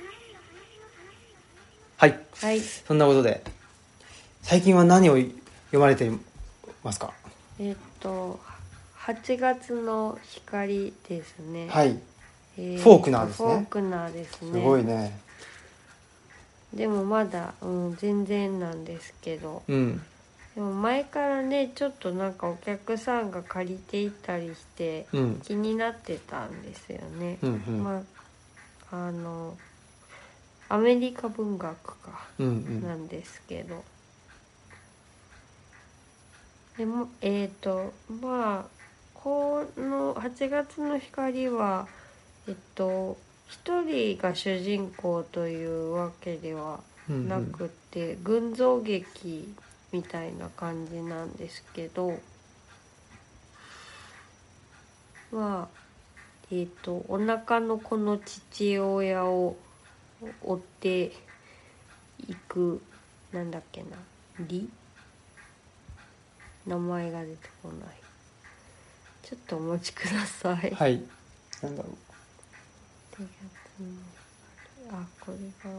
はい、 はい、 そんなことで最近は何を読まれていますか。 えっとはちがつの光ですね。 はい、えー、フォークナーですね。 フォークナーですね。 すごいね。 でもまだ、うん、全然なんですけど、 うん、 でも前からねちょっとなんかお客さんが借りていったりして気になってたんですよね、 うんうん、 まああのアメリカ文学かなんですけど、でもえっとまあこのはちがつの光はえっと一人が主人公というわけではなくて、うんうん、群像劇みたいな感じなんですけど、まあえっとお腹の子の父親を追っていく、なんだっけな、リ名前が出てこない。ちょっとお待ちください。 はい。なんだろう。 あ、これが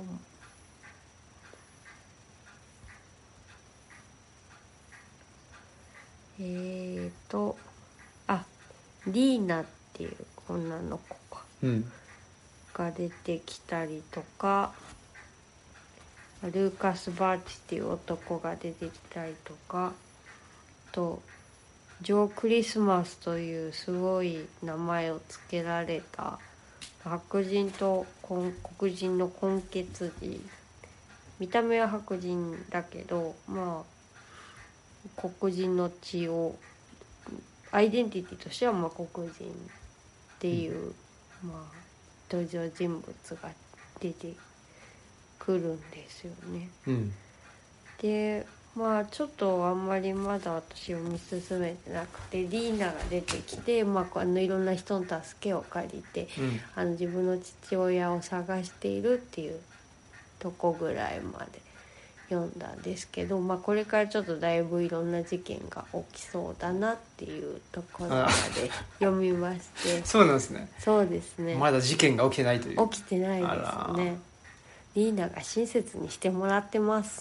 えーとあリーナっていう女の子か、うん、が出てきたりとか、ルーカス・バーチっていう男が出てきたりとか、とジョー・クリスマスというすごい名前を付けられた白人と黒人の混血児、見た目は白人だけど、まあ黒人の血をアイデンティティとしてはまあ黒人っていう、うん、まあ登場人物が出てくるんですよね。うん、でまあちょっとあんまりまだ私を見進めてなくて、リーナが出てきて、まあ、あのいろんな人の助けを借りて、うん、あの自分の父親を探しているっていうとこぐらいまで読んだんですけど、まあ、これからちょっとだいぶいろんな事件が起きそうだなっていうところまで読みましてそうなんですね。 そうですね。 まだ事件が起きてないという。 起きてないですね。リーナが親切にしてもらってます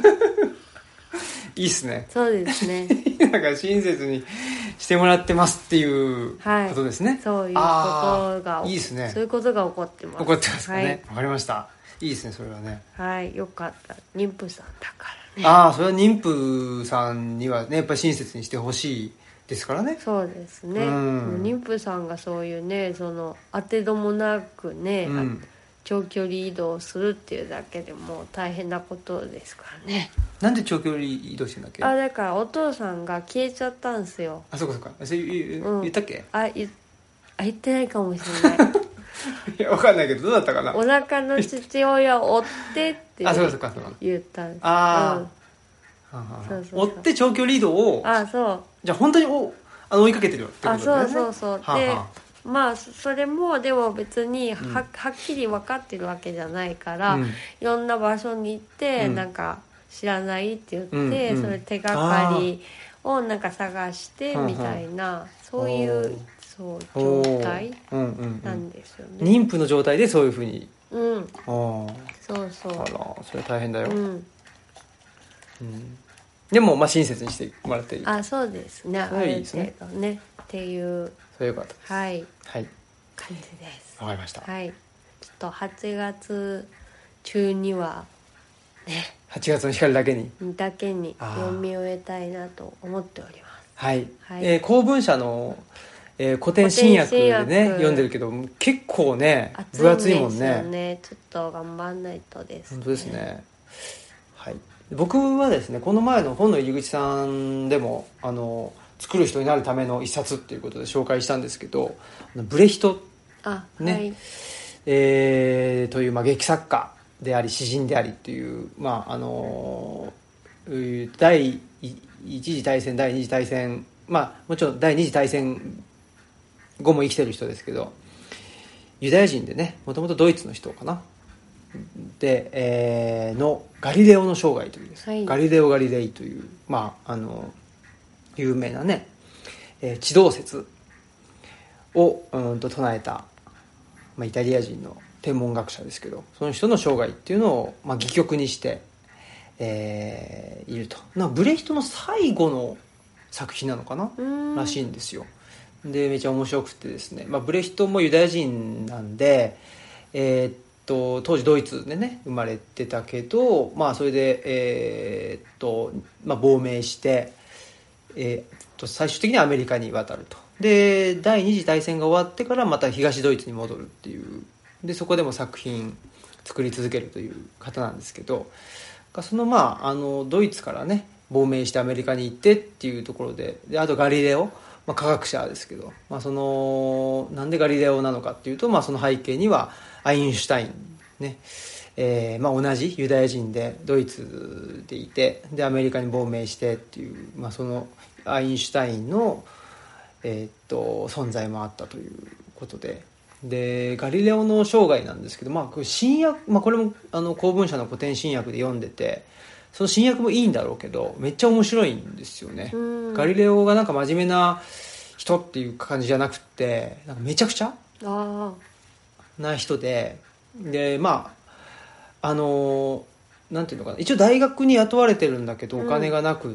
いいっすね。 そうですね。 なんか親切にしてもらってますっていうことですね。 はい、そういうことがいいですね。 そういうことが起こってます。 起こってますかね。わ、はい、かりました。いいですね、それはね。 はい、よかった。妊婦さんだからね。 ああ、それは妊婦さんにはね、やっぱり親切にしてほしいですからね。 そうですね。うん、妊婦さんがそういうね、その当てどもなくね、うん、長距離移動するっていうだけでも大変なことですからね。 なんで長距離移動してんだっけ？ あ、だからお父さんが消えちゃったんですよ。 あ、そうかそうか。それ言、うん、言ったっけ？ あ、言、あ、言ってないかもしれないいや、分かんないけどどうだったかな。 お腹の父親を追ってってあ、そうかそうかそうか言ったんです。 ああ、うん、そうそうそう、追って長距離移動を、 あ、そうじゃあ本当におあの追いかけてるってことだよね。 あ、そうそうそう。で、はあはあ、まあそれもでも別に は,、うん、はっきり分かってるわけじゃないから、うん、いろんな場所に行って、うん、なんか知らないって言って、うんうん、それ手がかりをなんか探してみたいな、そういうそう状態なんですよね、 うんうんうん、妊婦の状態でそういうふうに、 うん、あそうそう、 あらそれ大変だよ、うんうん、でもまあ親切にしてもらっていい。 あ、そうですね、ある程度ねっていうそういうことです。 はい、 はい、 感じです。 わかりました。 はい、ちょっとはちがつ中にはね、 はちがつの光だけにだけに読み終えたいなと思っております。 はい、はい、えー、公文社の、えー、古典新訳でね読んでるけど結構ね分厚いもんね。 熱いんですよね。ちょっと頑張んないとですね。 本当ですね。はい、僕はですねこの前の本の入り口さんでもあの作る人になるための一冊っていうことで紹介したんですけど、ブレヒト、 あ、 ね、 はい、 えー、という、まあ、劇作家であり詩人でありっていう、まああの第一次大戦第二次大戦、まあもちろん第二次大戦後も生きてる人ですけど、ユダヤ人でね、もともとドイツの人かなで、えー、のガリレオの生涯というです、はい、ガリレオ・ガリレイという、まああの有名なね、えー、地動説をうんと唱えた、まあ、イタリア人の天文学者ですけど、その人の生涯っていうのを、まあ、戯曲にして、えー、いると。なんかブレヒトの最後の作品なのかならしいんですよ。でめちゃ面白くてですね、まあ、ブレヒトもユダヤ人なんで、えー、っと当時ドイツでね生まれてたけど、まあ、それで、えーっとまあ、亡命して、えー、っと最終的にはアメリカに渡ると。で第二次大戦が終わってからまた東ドイツに戻るっていう、でそこでも作品作り続けるという方なんですけど、そのまああのドイツからね亡命してアメリカに行ってっていうところで、であとガリレオまあ、科学者ですけど、まあ、そのなんでガリレオなのかっていうと、まあ、その背景にはアインシュタインね、えーまあ、同じユダヤ人でドイツでいて、でアメリカに亡命してっていう、まあ、そのアインシュタインの、えー、っと存在もあったということで、でガリレオの生涯なんですけど、まあ、これ新約、まあ、これもあの公文社の古典新訳で読んでて、その新訳もいいんだろうけどめっちゃ面白いんですよね。ガリレオがなんか真面目な人っていう感じじゃなくて、なんかめちゃくちゃな人で、でまああのなんていうのかな、一応大学に雇われてるんだけどお金がなくって、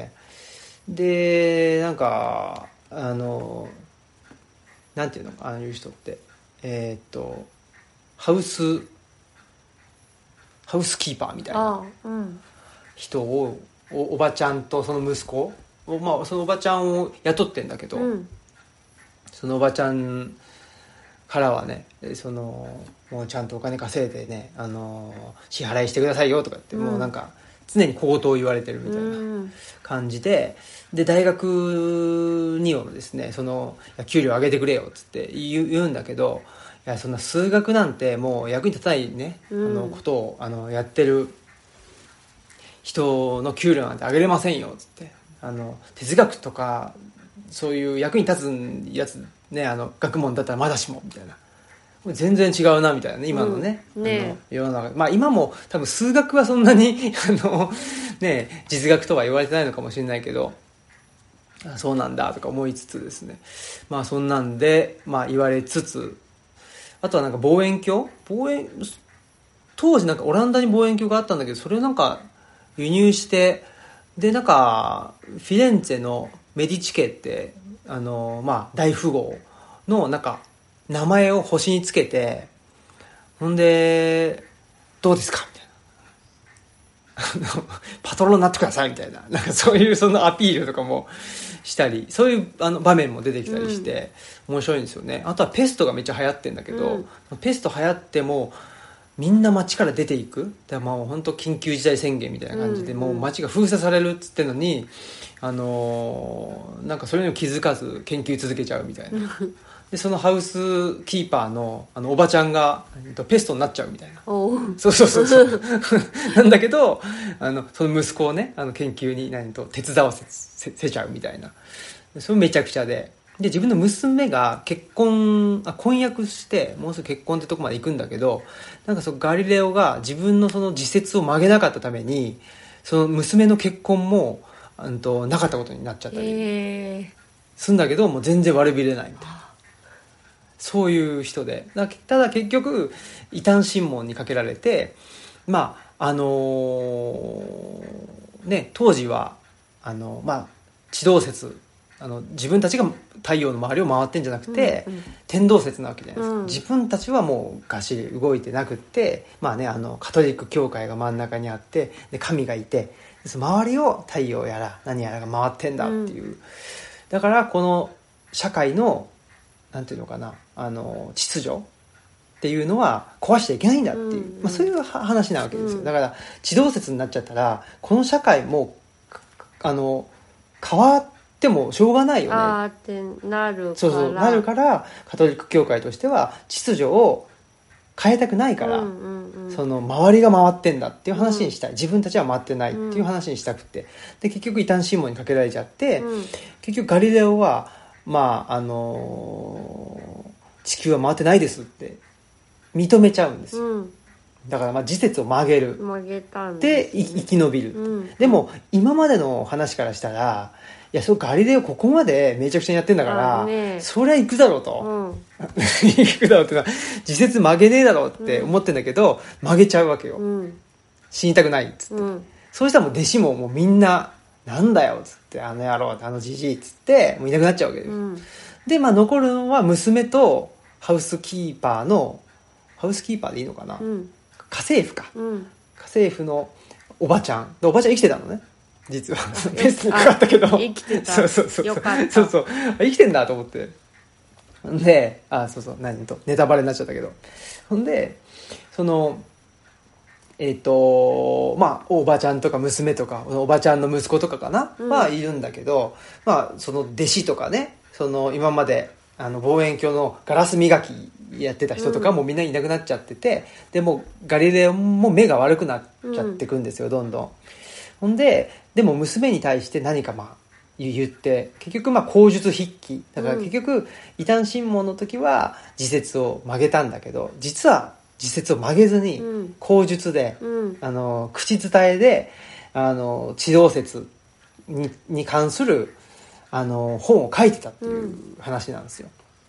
うん、でなんかあのなんていうのか、ああいう人ってえー、っとハウスハウスキーパーみたいな人を、うん、お, おばちゃんとその息子を、まあ、そのおばちゃんを雇ってんだけど、うん、そのおばちゃんからはね、そのもうちゃんとお金稼いでね、あの支払いしてくださいよとかって、うん、もうなんか常に小言を言われてるみたいな感じで、で大学にもですね、その給料上げてくれよっつって言う、言うんだけど、いやそんな数学なんてもう役に立たないね、うん、あのことをあのやってる人の給料なんて上げれませんよっつって、あの哲学とかそういう役に立つやつね、あの学問だったらまだしもみたいな、全然違うなみたいなね、今のね、うん、ねあの世の中、まあ今も多分数学はそんなにあのね実学とは言われてないのかもしれないけど、あそうなんだとか思いつつですね、まあそんなんでまあ言われつつ、あとはなんか望遠鏡望遠当時なんかオランダに望遠鏡があったんだけど、それをなんか輸入して、でなんかフィレンツェのメディチ家ってあの、まあ、大富豪のなんか名前を星につけて、ほんでどうですかみたいなパトロンになってくださいみたいな、なんかそういうそのアピールとかもしたり、そういうあの場面も出てきたりして面白いんですよね。あとはペストがめっちゃ流行ってんだけど、うん、ペスト流行ってもみんな街から出ていく、だからまあ本当緊急事態宣言みたいな感じで、うんうん、もう街が封鎖されるっつってのに、あのー、なんかそれにも気づかず研究続けちゃうみたいなでそのハウスキーパー の, あのおばちゃんがペストになっちゃうみたいな、そうそうそうそうなんだけど、あのその息子をね、あの研究に何と手伝わせせちゃうみたいな、それめちゃくちゃで、で自分の娘が結婚あ婚約してもうすぐ結婚ってとこまで行くんだけど、なんかそのガリレオが自分のその自説を曲げなかったために、その娘の結婚もあんとなかったことになっちゃったりするんだけど、もう全然悪びれないみたいな、そういう人で、だただ結局異端審問にかけられて、まああのー、ね当時はあのまあ地動説、あの自分たちが太陽の周りを回ってんじゃなくて、うんうん、天動説なわけじゃないですか、うん、自分たちはもうがっしり動いてなくって、まあね、あのカトリック教会が真ん中にあって、で神がいて、その周りを太陽やら何やらが回ってんだっていう、うん、だからこの社会のなんていうのかな、あの秩序っていうのは壊しちゃいけないんだっていう、うんうん、まあ、そういう話なわけですよ。だから地動説になっちゃったらこの社会もあの変わってもしょうがないよねあってなるから、 そうそうなるからカトリック教会としては秩序を変えたくないから、うんうんうん、その周りが回ってんだっていう話にしたい、うん、自分たちは回ってないっていう話にしたくて、で結局異端審問にかけられちゃって、うん、結局ガリレオはまああのー、地球は回ってないですって認めちゃうんですよ、うん、だからまあ事実を曲げる、 曲げたんで、ね、生き延びる、うん、でも今までの話からしたら、いやそうガリレオここまでめちゃくちゃにやってんだから、ね、そりゃ行くだろうと、うん、行くだろうってのは事実曲げねえだろうって思ってんだけど、うん、曲げちゃうわけよ、うん、死にたくないっつって、うん、そうしたらもう弟子ももうみんななんだよっつって、あの野郎あのじじいっつってもういなくなっちゃうわけです、うん、でまあ残るのは娘とハウスキーパーのハウスキーパーでいいのかな、うん、家政婦か、うん、家政婦のおばちゃんで、おばちゃん生きてたのね実はペストにかかったけど生きてたそうそうそうよかったそうそう生きてんだと思って、であそうそう何とネタバレになっちゃったけど、ほんでそのえっとまあおばちゃんとか娘とかおばちゃんの息子とかかな、うん、まあいるんだけど、まあその弟子とかね、その今まであの望遠鏡のガラス磨きやってた人とかもみんないなくなっちゃってて、うん、でもガリレオも目が悪くなっちゃってくんですよ、うん、どんどん。ほんででも娘に対して何かまあ言って結局まあ口述筆記だから結局異端審問の時は自説を曲げたんだけど、実は自説を曲げずに口述で、うん、あの口伝えであの地動説 に, に関するあの本を書いてたっていう話なんですよ。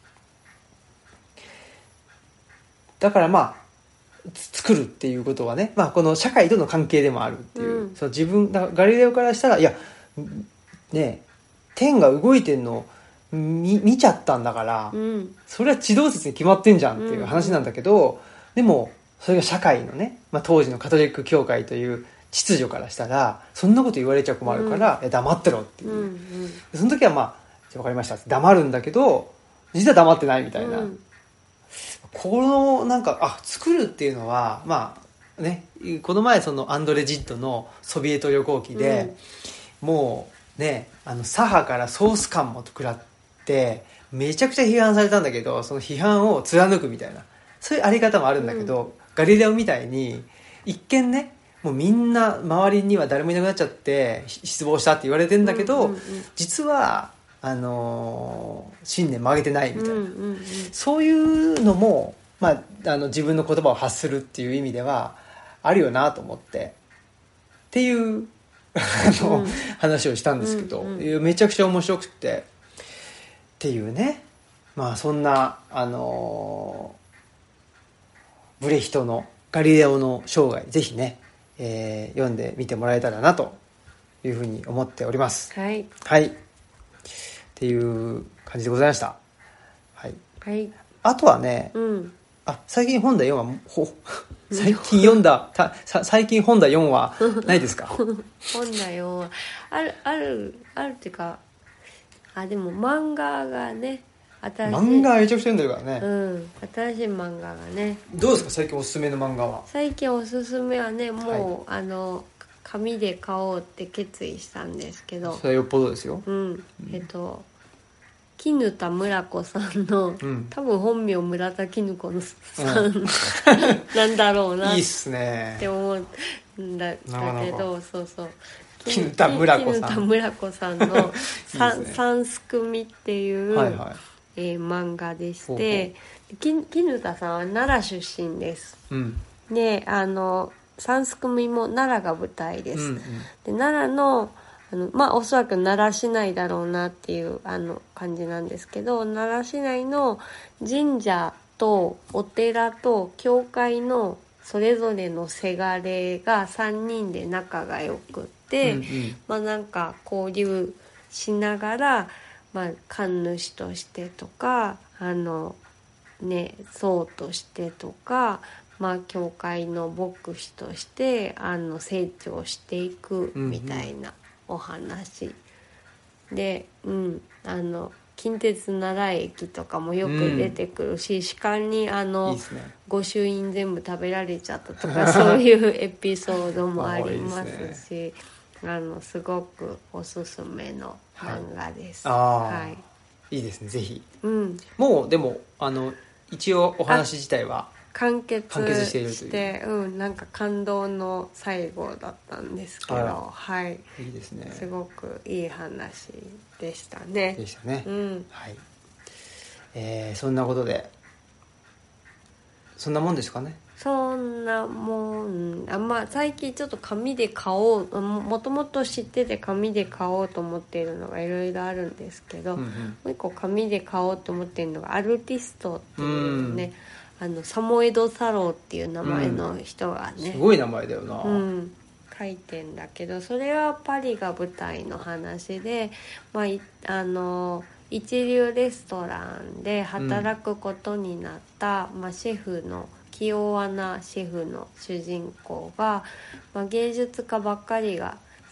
だからまあ作るっていうことはね、まあ、この社会との関係でもあるっていう、うん、その自分だガリレオからしたらいやね天が動いてんの 見, 見ちゃったんだから、うん、それは地動説に決まってんじゃんっていう話なんだけど、うんうん、でもそれが社会のね、まあ、当時のカトリック教会という秩序からしたらそんなこと言われちゃ困るから、うん、黙ってろっていう、うんうん、その時はまあ分かりました黙るんだけど実は黙ってないみたいな、うん、このなんかあ作るっていうのはまあね、この前そのアンドレ・ジットのソビエト旅行記で、うん、もうねあの左派からソース感も食らってめちゃくちゃ批判されたんだけど、その批判を貫くみたいなそういうあり方もあるんだけど、うん、ガリレオみたいに一見ねもうみんな周りには誰もいなくなっちゃって失望したって言われてんだけど、うんうんうん、実はあのー、信念曲げてないみたいな、うんうんうん、そういうのも、まあ、あの自分の言葉を発するっていう意味ではあるよなと思ってっていうあの、うん、話をしたんですけど、うんうん、めちゃくちゃ面白くってっていうね、まあそんなあのー、ブレヒトのガリレオの生涯ぜひね、えー、読んでみてもらえたらなというふうに思っております。 はい、 はい、っていう感じでございました。はい、 はい、 あとはね、うん、あ最近本だよんわほ最近読んだた最近本だよんわないですか？ 本だよんわあるあるあるっていうか、あでも漫画がね新しい漫画めちゃくちゃ読んでるからね、 うん、新しい漫画がね。 どうですか最近おすすめの漫画は？ 最近おすすめはねもう、はい、あの紙で買おうって決意したんですけど、 それはよっぽどですよ、 うん、えっと絹田村子さんの、うん、多分本名村田絹子さん、うん、なんだろうないいっすねって思うんだけど、そうそう絹田村子さん絹田村子さんの三すくみっていう、はいはい、えー、漫画でして、絹田さんは奈良出身です、うん、であの三すくみも奈良が舞台です、うんうん、で奈良のあのまあおそらく奈良市内だろうなっていうあの感じなんですけど、奈良市内の神社とお寺と教会のそれぞれのせがれがさんにんで仲が良くって、うんうん、まあなんか交流しながら、まあ、神主としてとかあのね僧としてとか、まあ教会の牧師としてあの成長していくみたいな、うんうんお話で、うん、あの近鉄奈良駅とかもよく出てくるし、うん、鹿にあのいい、ね、御朱印全部食べられちゃったとかそういうエピソードもありますしいい、ね、あのすごくおすすめの漫画です、 はいはい、いいですねぜひ、うん、もうでもあの一応お話自体は完結しているという、うん、なんか感動の最後だったんですけど、はい、 いいですね。 すごくいい話でしたね。 でしたね。 うん、 はい。えー、そんなことで、そんなもんですかね。 そんなもん、あまあ最近ちょっと紙で買おう、もともと知ってて紙で買おうと思っているのがいろいろあるんですけど、うんうん、もう一個紙で買おうと思っているのがアルティストっていうね。うんあのサモエド・サローっていう名前の人がね、うん、 すごい名前だよな、 うん、書いてんだけどそれはパリが舞台の話で、まあ、あの一流レストランで働くことになった、うんまあ、シェフの気弱なシェフの主人公が、まあ、芸術家ばっかりが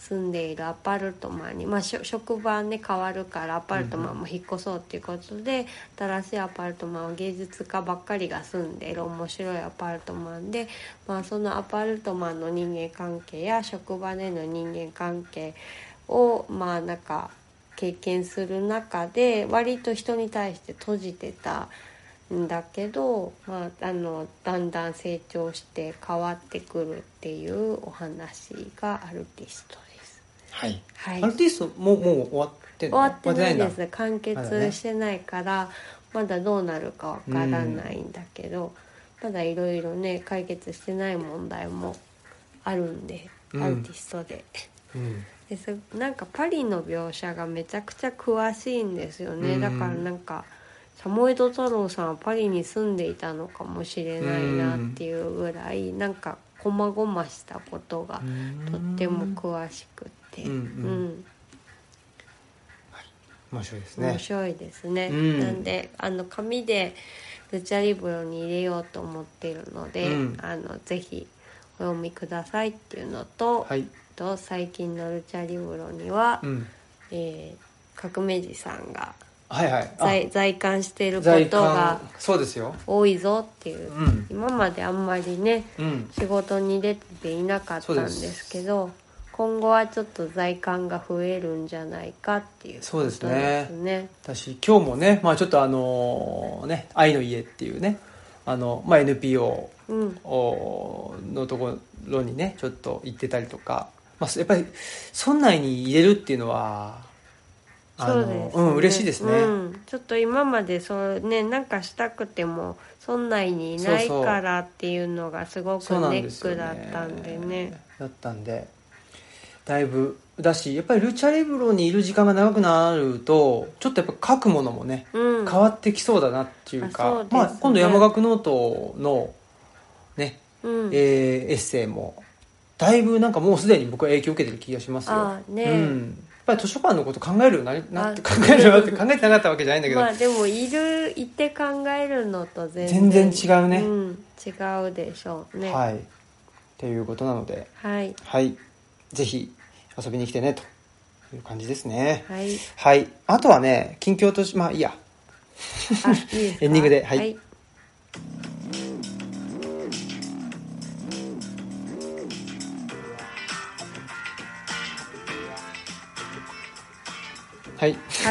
住んでいるアパルトマンに、まあ、職場ね変わるからアパルトマンも引っ越そうっていうことで、うん、新しいアパルトマンは芸術家ばっかりが住んでいる面白いアパルトマンで、まあ、そのアパルトマンの人間関係や職場での人間関係をまあなんか経験する中で割と人に対して閉じてたんだけど、まあ、あのだんだん成長して変わってくるっていうお話がアルティストです。 はい、はい、アルティストももう終わってんの？ 終わってないです。完結してないからまだどうなるかわからないんだけど、まだいろいろね解決してない問題もあるんで、うん、アルティストで、うんですなんかパリの描写がめちゃくちゃ詳しいんですよね、うん、だからなんかサモエド太郎さんはパリに住んでいたのかもしれないなっていうぐらい、うん、なんか細々したことがとっても詳しくて、うんうんうんはい、面白いですね。 面白いですね、うん、なんであの紙でルチャリブロに入れようと思っているので、うん、あのぜひお読みくださいっていうのと、はいと最近のルチャリブロには、うんえー、革命児さんがはいはい、 在, 在韓していることがそうですよ多いぞっていう、うん、今まであんまりね、うん、仕事に出ていなかったんですけど今後はちょっと在韓が増えるんじゃないかっていうことですね。そうですね。 私今日もね、まあ、ちょっとあのー、ね愛の家っていうねあの、まあ、エヌピーオー のところにねちょっと行ってたりとか、まあ、やっぱり村内に入れるっていうのはそうですね、 うん、嬉しいですね、 うん、ちょっと今までそうねなんかしたくても村内にいないからっていうのがすごくネックだったんでねだったんでだいぶだしやっぱりルチャリブロにいる時間が長くなるとちょっとやっぱ書くものもね、うん、変わってきそうだなっていうか、ねまあ、今度山岳ノートのね、うんえー、エッセイもだいぶなんかもうすでに僕は影響を受けてる気がしますよ。 あね、 うんやっぱり図書館のこと考えるようになって考えるようになって考えてなかったわけじゃないんだけどまあでもいるいて考えるのと全然全然違うね、 うん、違うでしょうねはいっていうことなのではい、 はい、ぜひ遊びに来てねという感じですねはい、 はい、あとはね近況としまあいいやあいいですかエンディングではい、はいはい、 はい、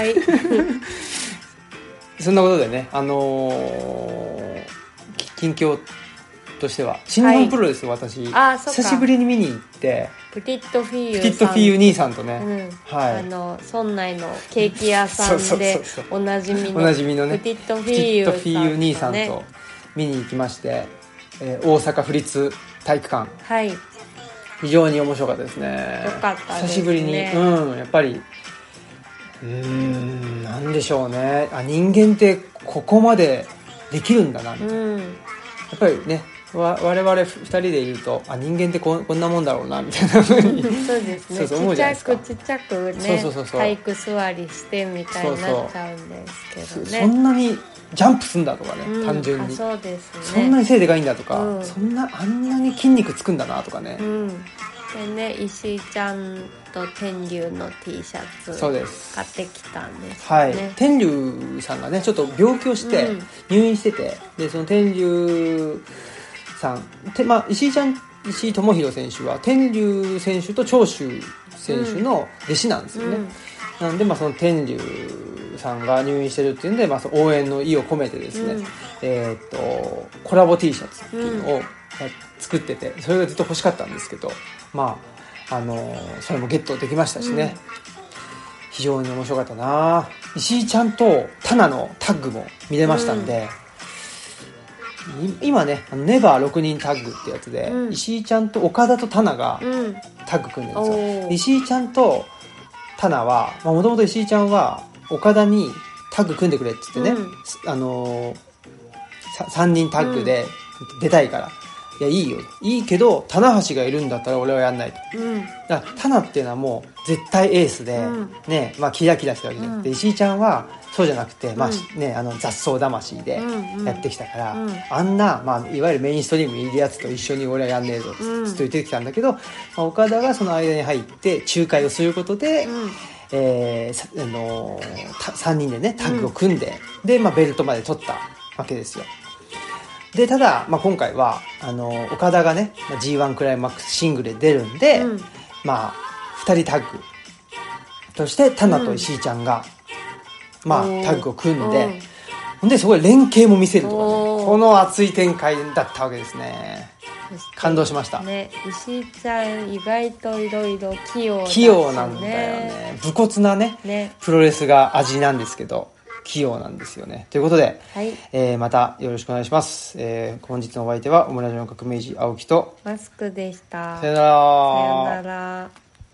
そんなことでね、あのー、近況としては新日本プロレスを私、はい、久しぶりに見に行ってプティットフィーユプティットフィーユ兄さんとね、 うんはい、あの村内のケーキ屋さんでおなじみのおなじみのねプティットフィーユ兄さんと見に行きまして、えー、大阪府立体育館、 はい、 非常に面白かったですね。 よかったですね。 久しぶりに、うん、やっぱりうーんなんでしょうねあ人間ってここまでできるんだなみたいな、うん、やっぱりねわ我々ふたりでいるとあ人間ってこ ん, こんなもんだろうなみたいな風にそうですねそうそう思うじゃないですか。ちっちゃくちっちゃくねそうそうそうそう体育座りしてみたいになっちゃうんですけどね。 そ, そんなにジャンプすんだとかね、うん、単純にあそうですねそんなに背でかいんだとか、うん、そんなあんなに筋肉つくんだなとかね、 うんでね、石井ちゃんと天竜の T シャツ買ってきたんですね。 はい、天竜さんがねちょっと病気をして入院してて、うん、でその天竜さんて、まあ、石井ちゃん石井智弘選手は天竜選手と長州選手の弟子なんですよね、うん、なんで、まあ、その天竜さんが入院してるっていうんで、まあ、その応援の意を込めてですね、うんえー、っとコラボ T シャツっていうのを作っててそれがずっと欲しかったんですけどまああのー、それもゲットできましたしね、うん、非常に面白かったな。石井ちゃんとタナのタッグも見れましたんで、うん、今ねあのネバーろくにんタッグってやつで、うん、石井ちゃんと岡田とタナがタッグ組んでるんですよ、うん、石井ちゃんとタナはもともと石井ちゃんは岡田にタッグ組んでくれって言ってね、うん、あのー、さんにんタッグで出たいから、 いやいいよいいけど棚橋がいるんだったら俺はやんないと、 うん、 だから棚っていうのはもう絶対エースで、うん、ねまあキラキラしてるわけじゃなくて、うん、石井ちゃんはそうじゃなくて、まあね、あの雑草魂でやってきたから、うんうん、あんな、まあ、いわゆるメインストリームにいるやつと一緒に俺はやんねえぞってずっと言ってきたんだけど、まあ、岡田がその間に入って仲介をすることで、うんえーあのー、さんにんでねタッグを組んで、うん、で、まあ、ベルトまで取ったわけですよ。でただ、まあ、今回はあのー、岡田がね ジーワン クライマックスシングルで出るんで、うん、まあふたりタッグとしてタナと石井ちゃんが、うん、まあタッグを組んで、でそこで連携も見せるとかね、この熱い展開だったわけですね。感動しましたね。石井ちゃん意外といろいろ器用だし、ね、 器用なんだよね。武骨な ね, ねプロレスが味なんですけど器用なんですよね。ということで、はいえー、またよろしくお願いします。えー、本日のお相手はオムラジオの革命児青木とマスクでした。 さよなら。 さよなら。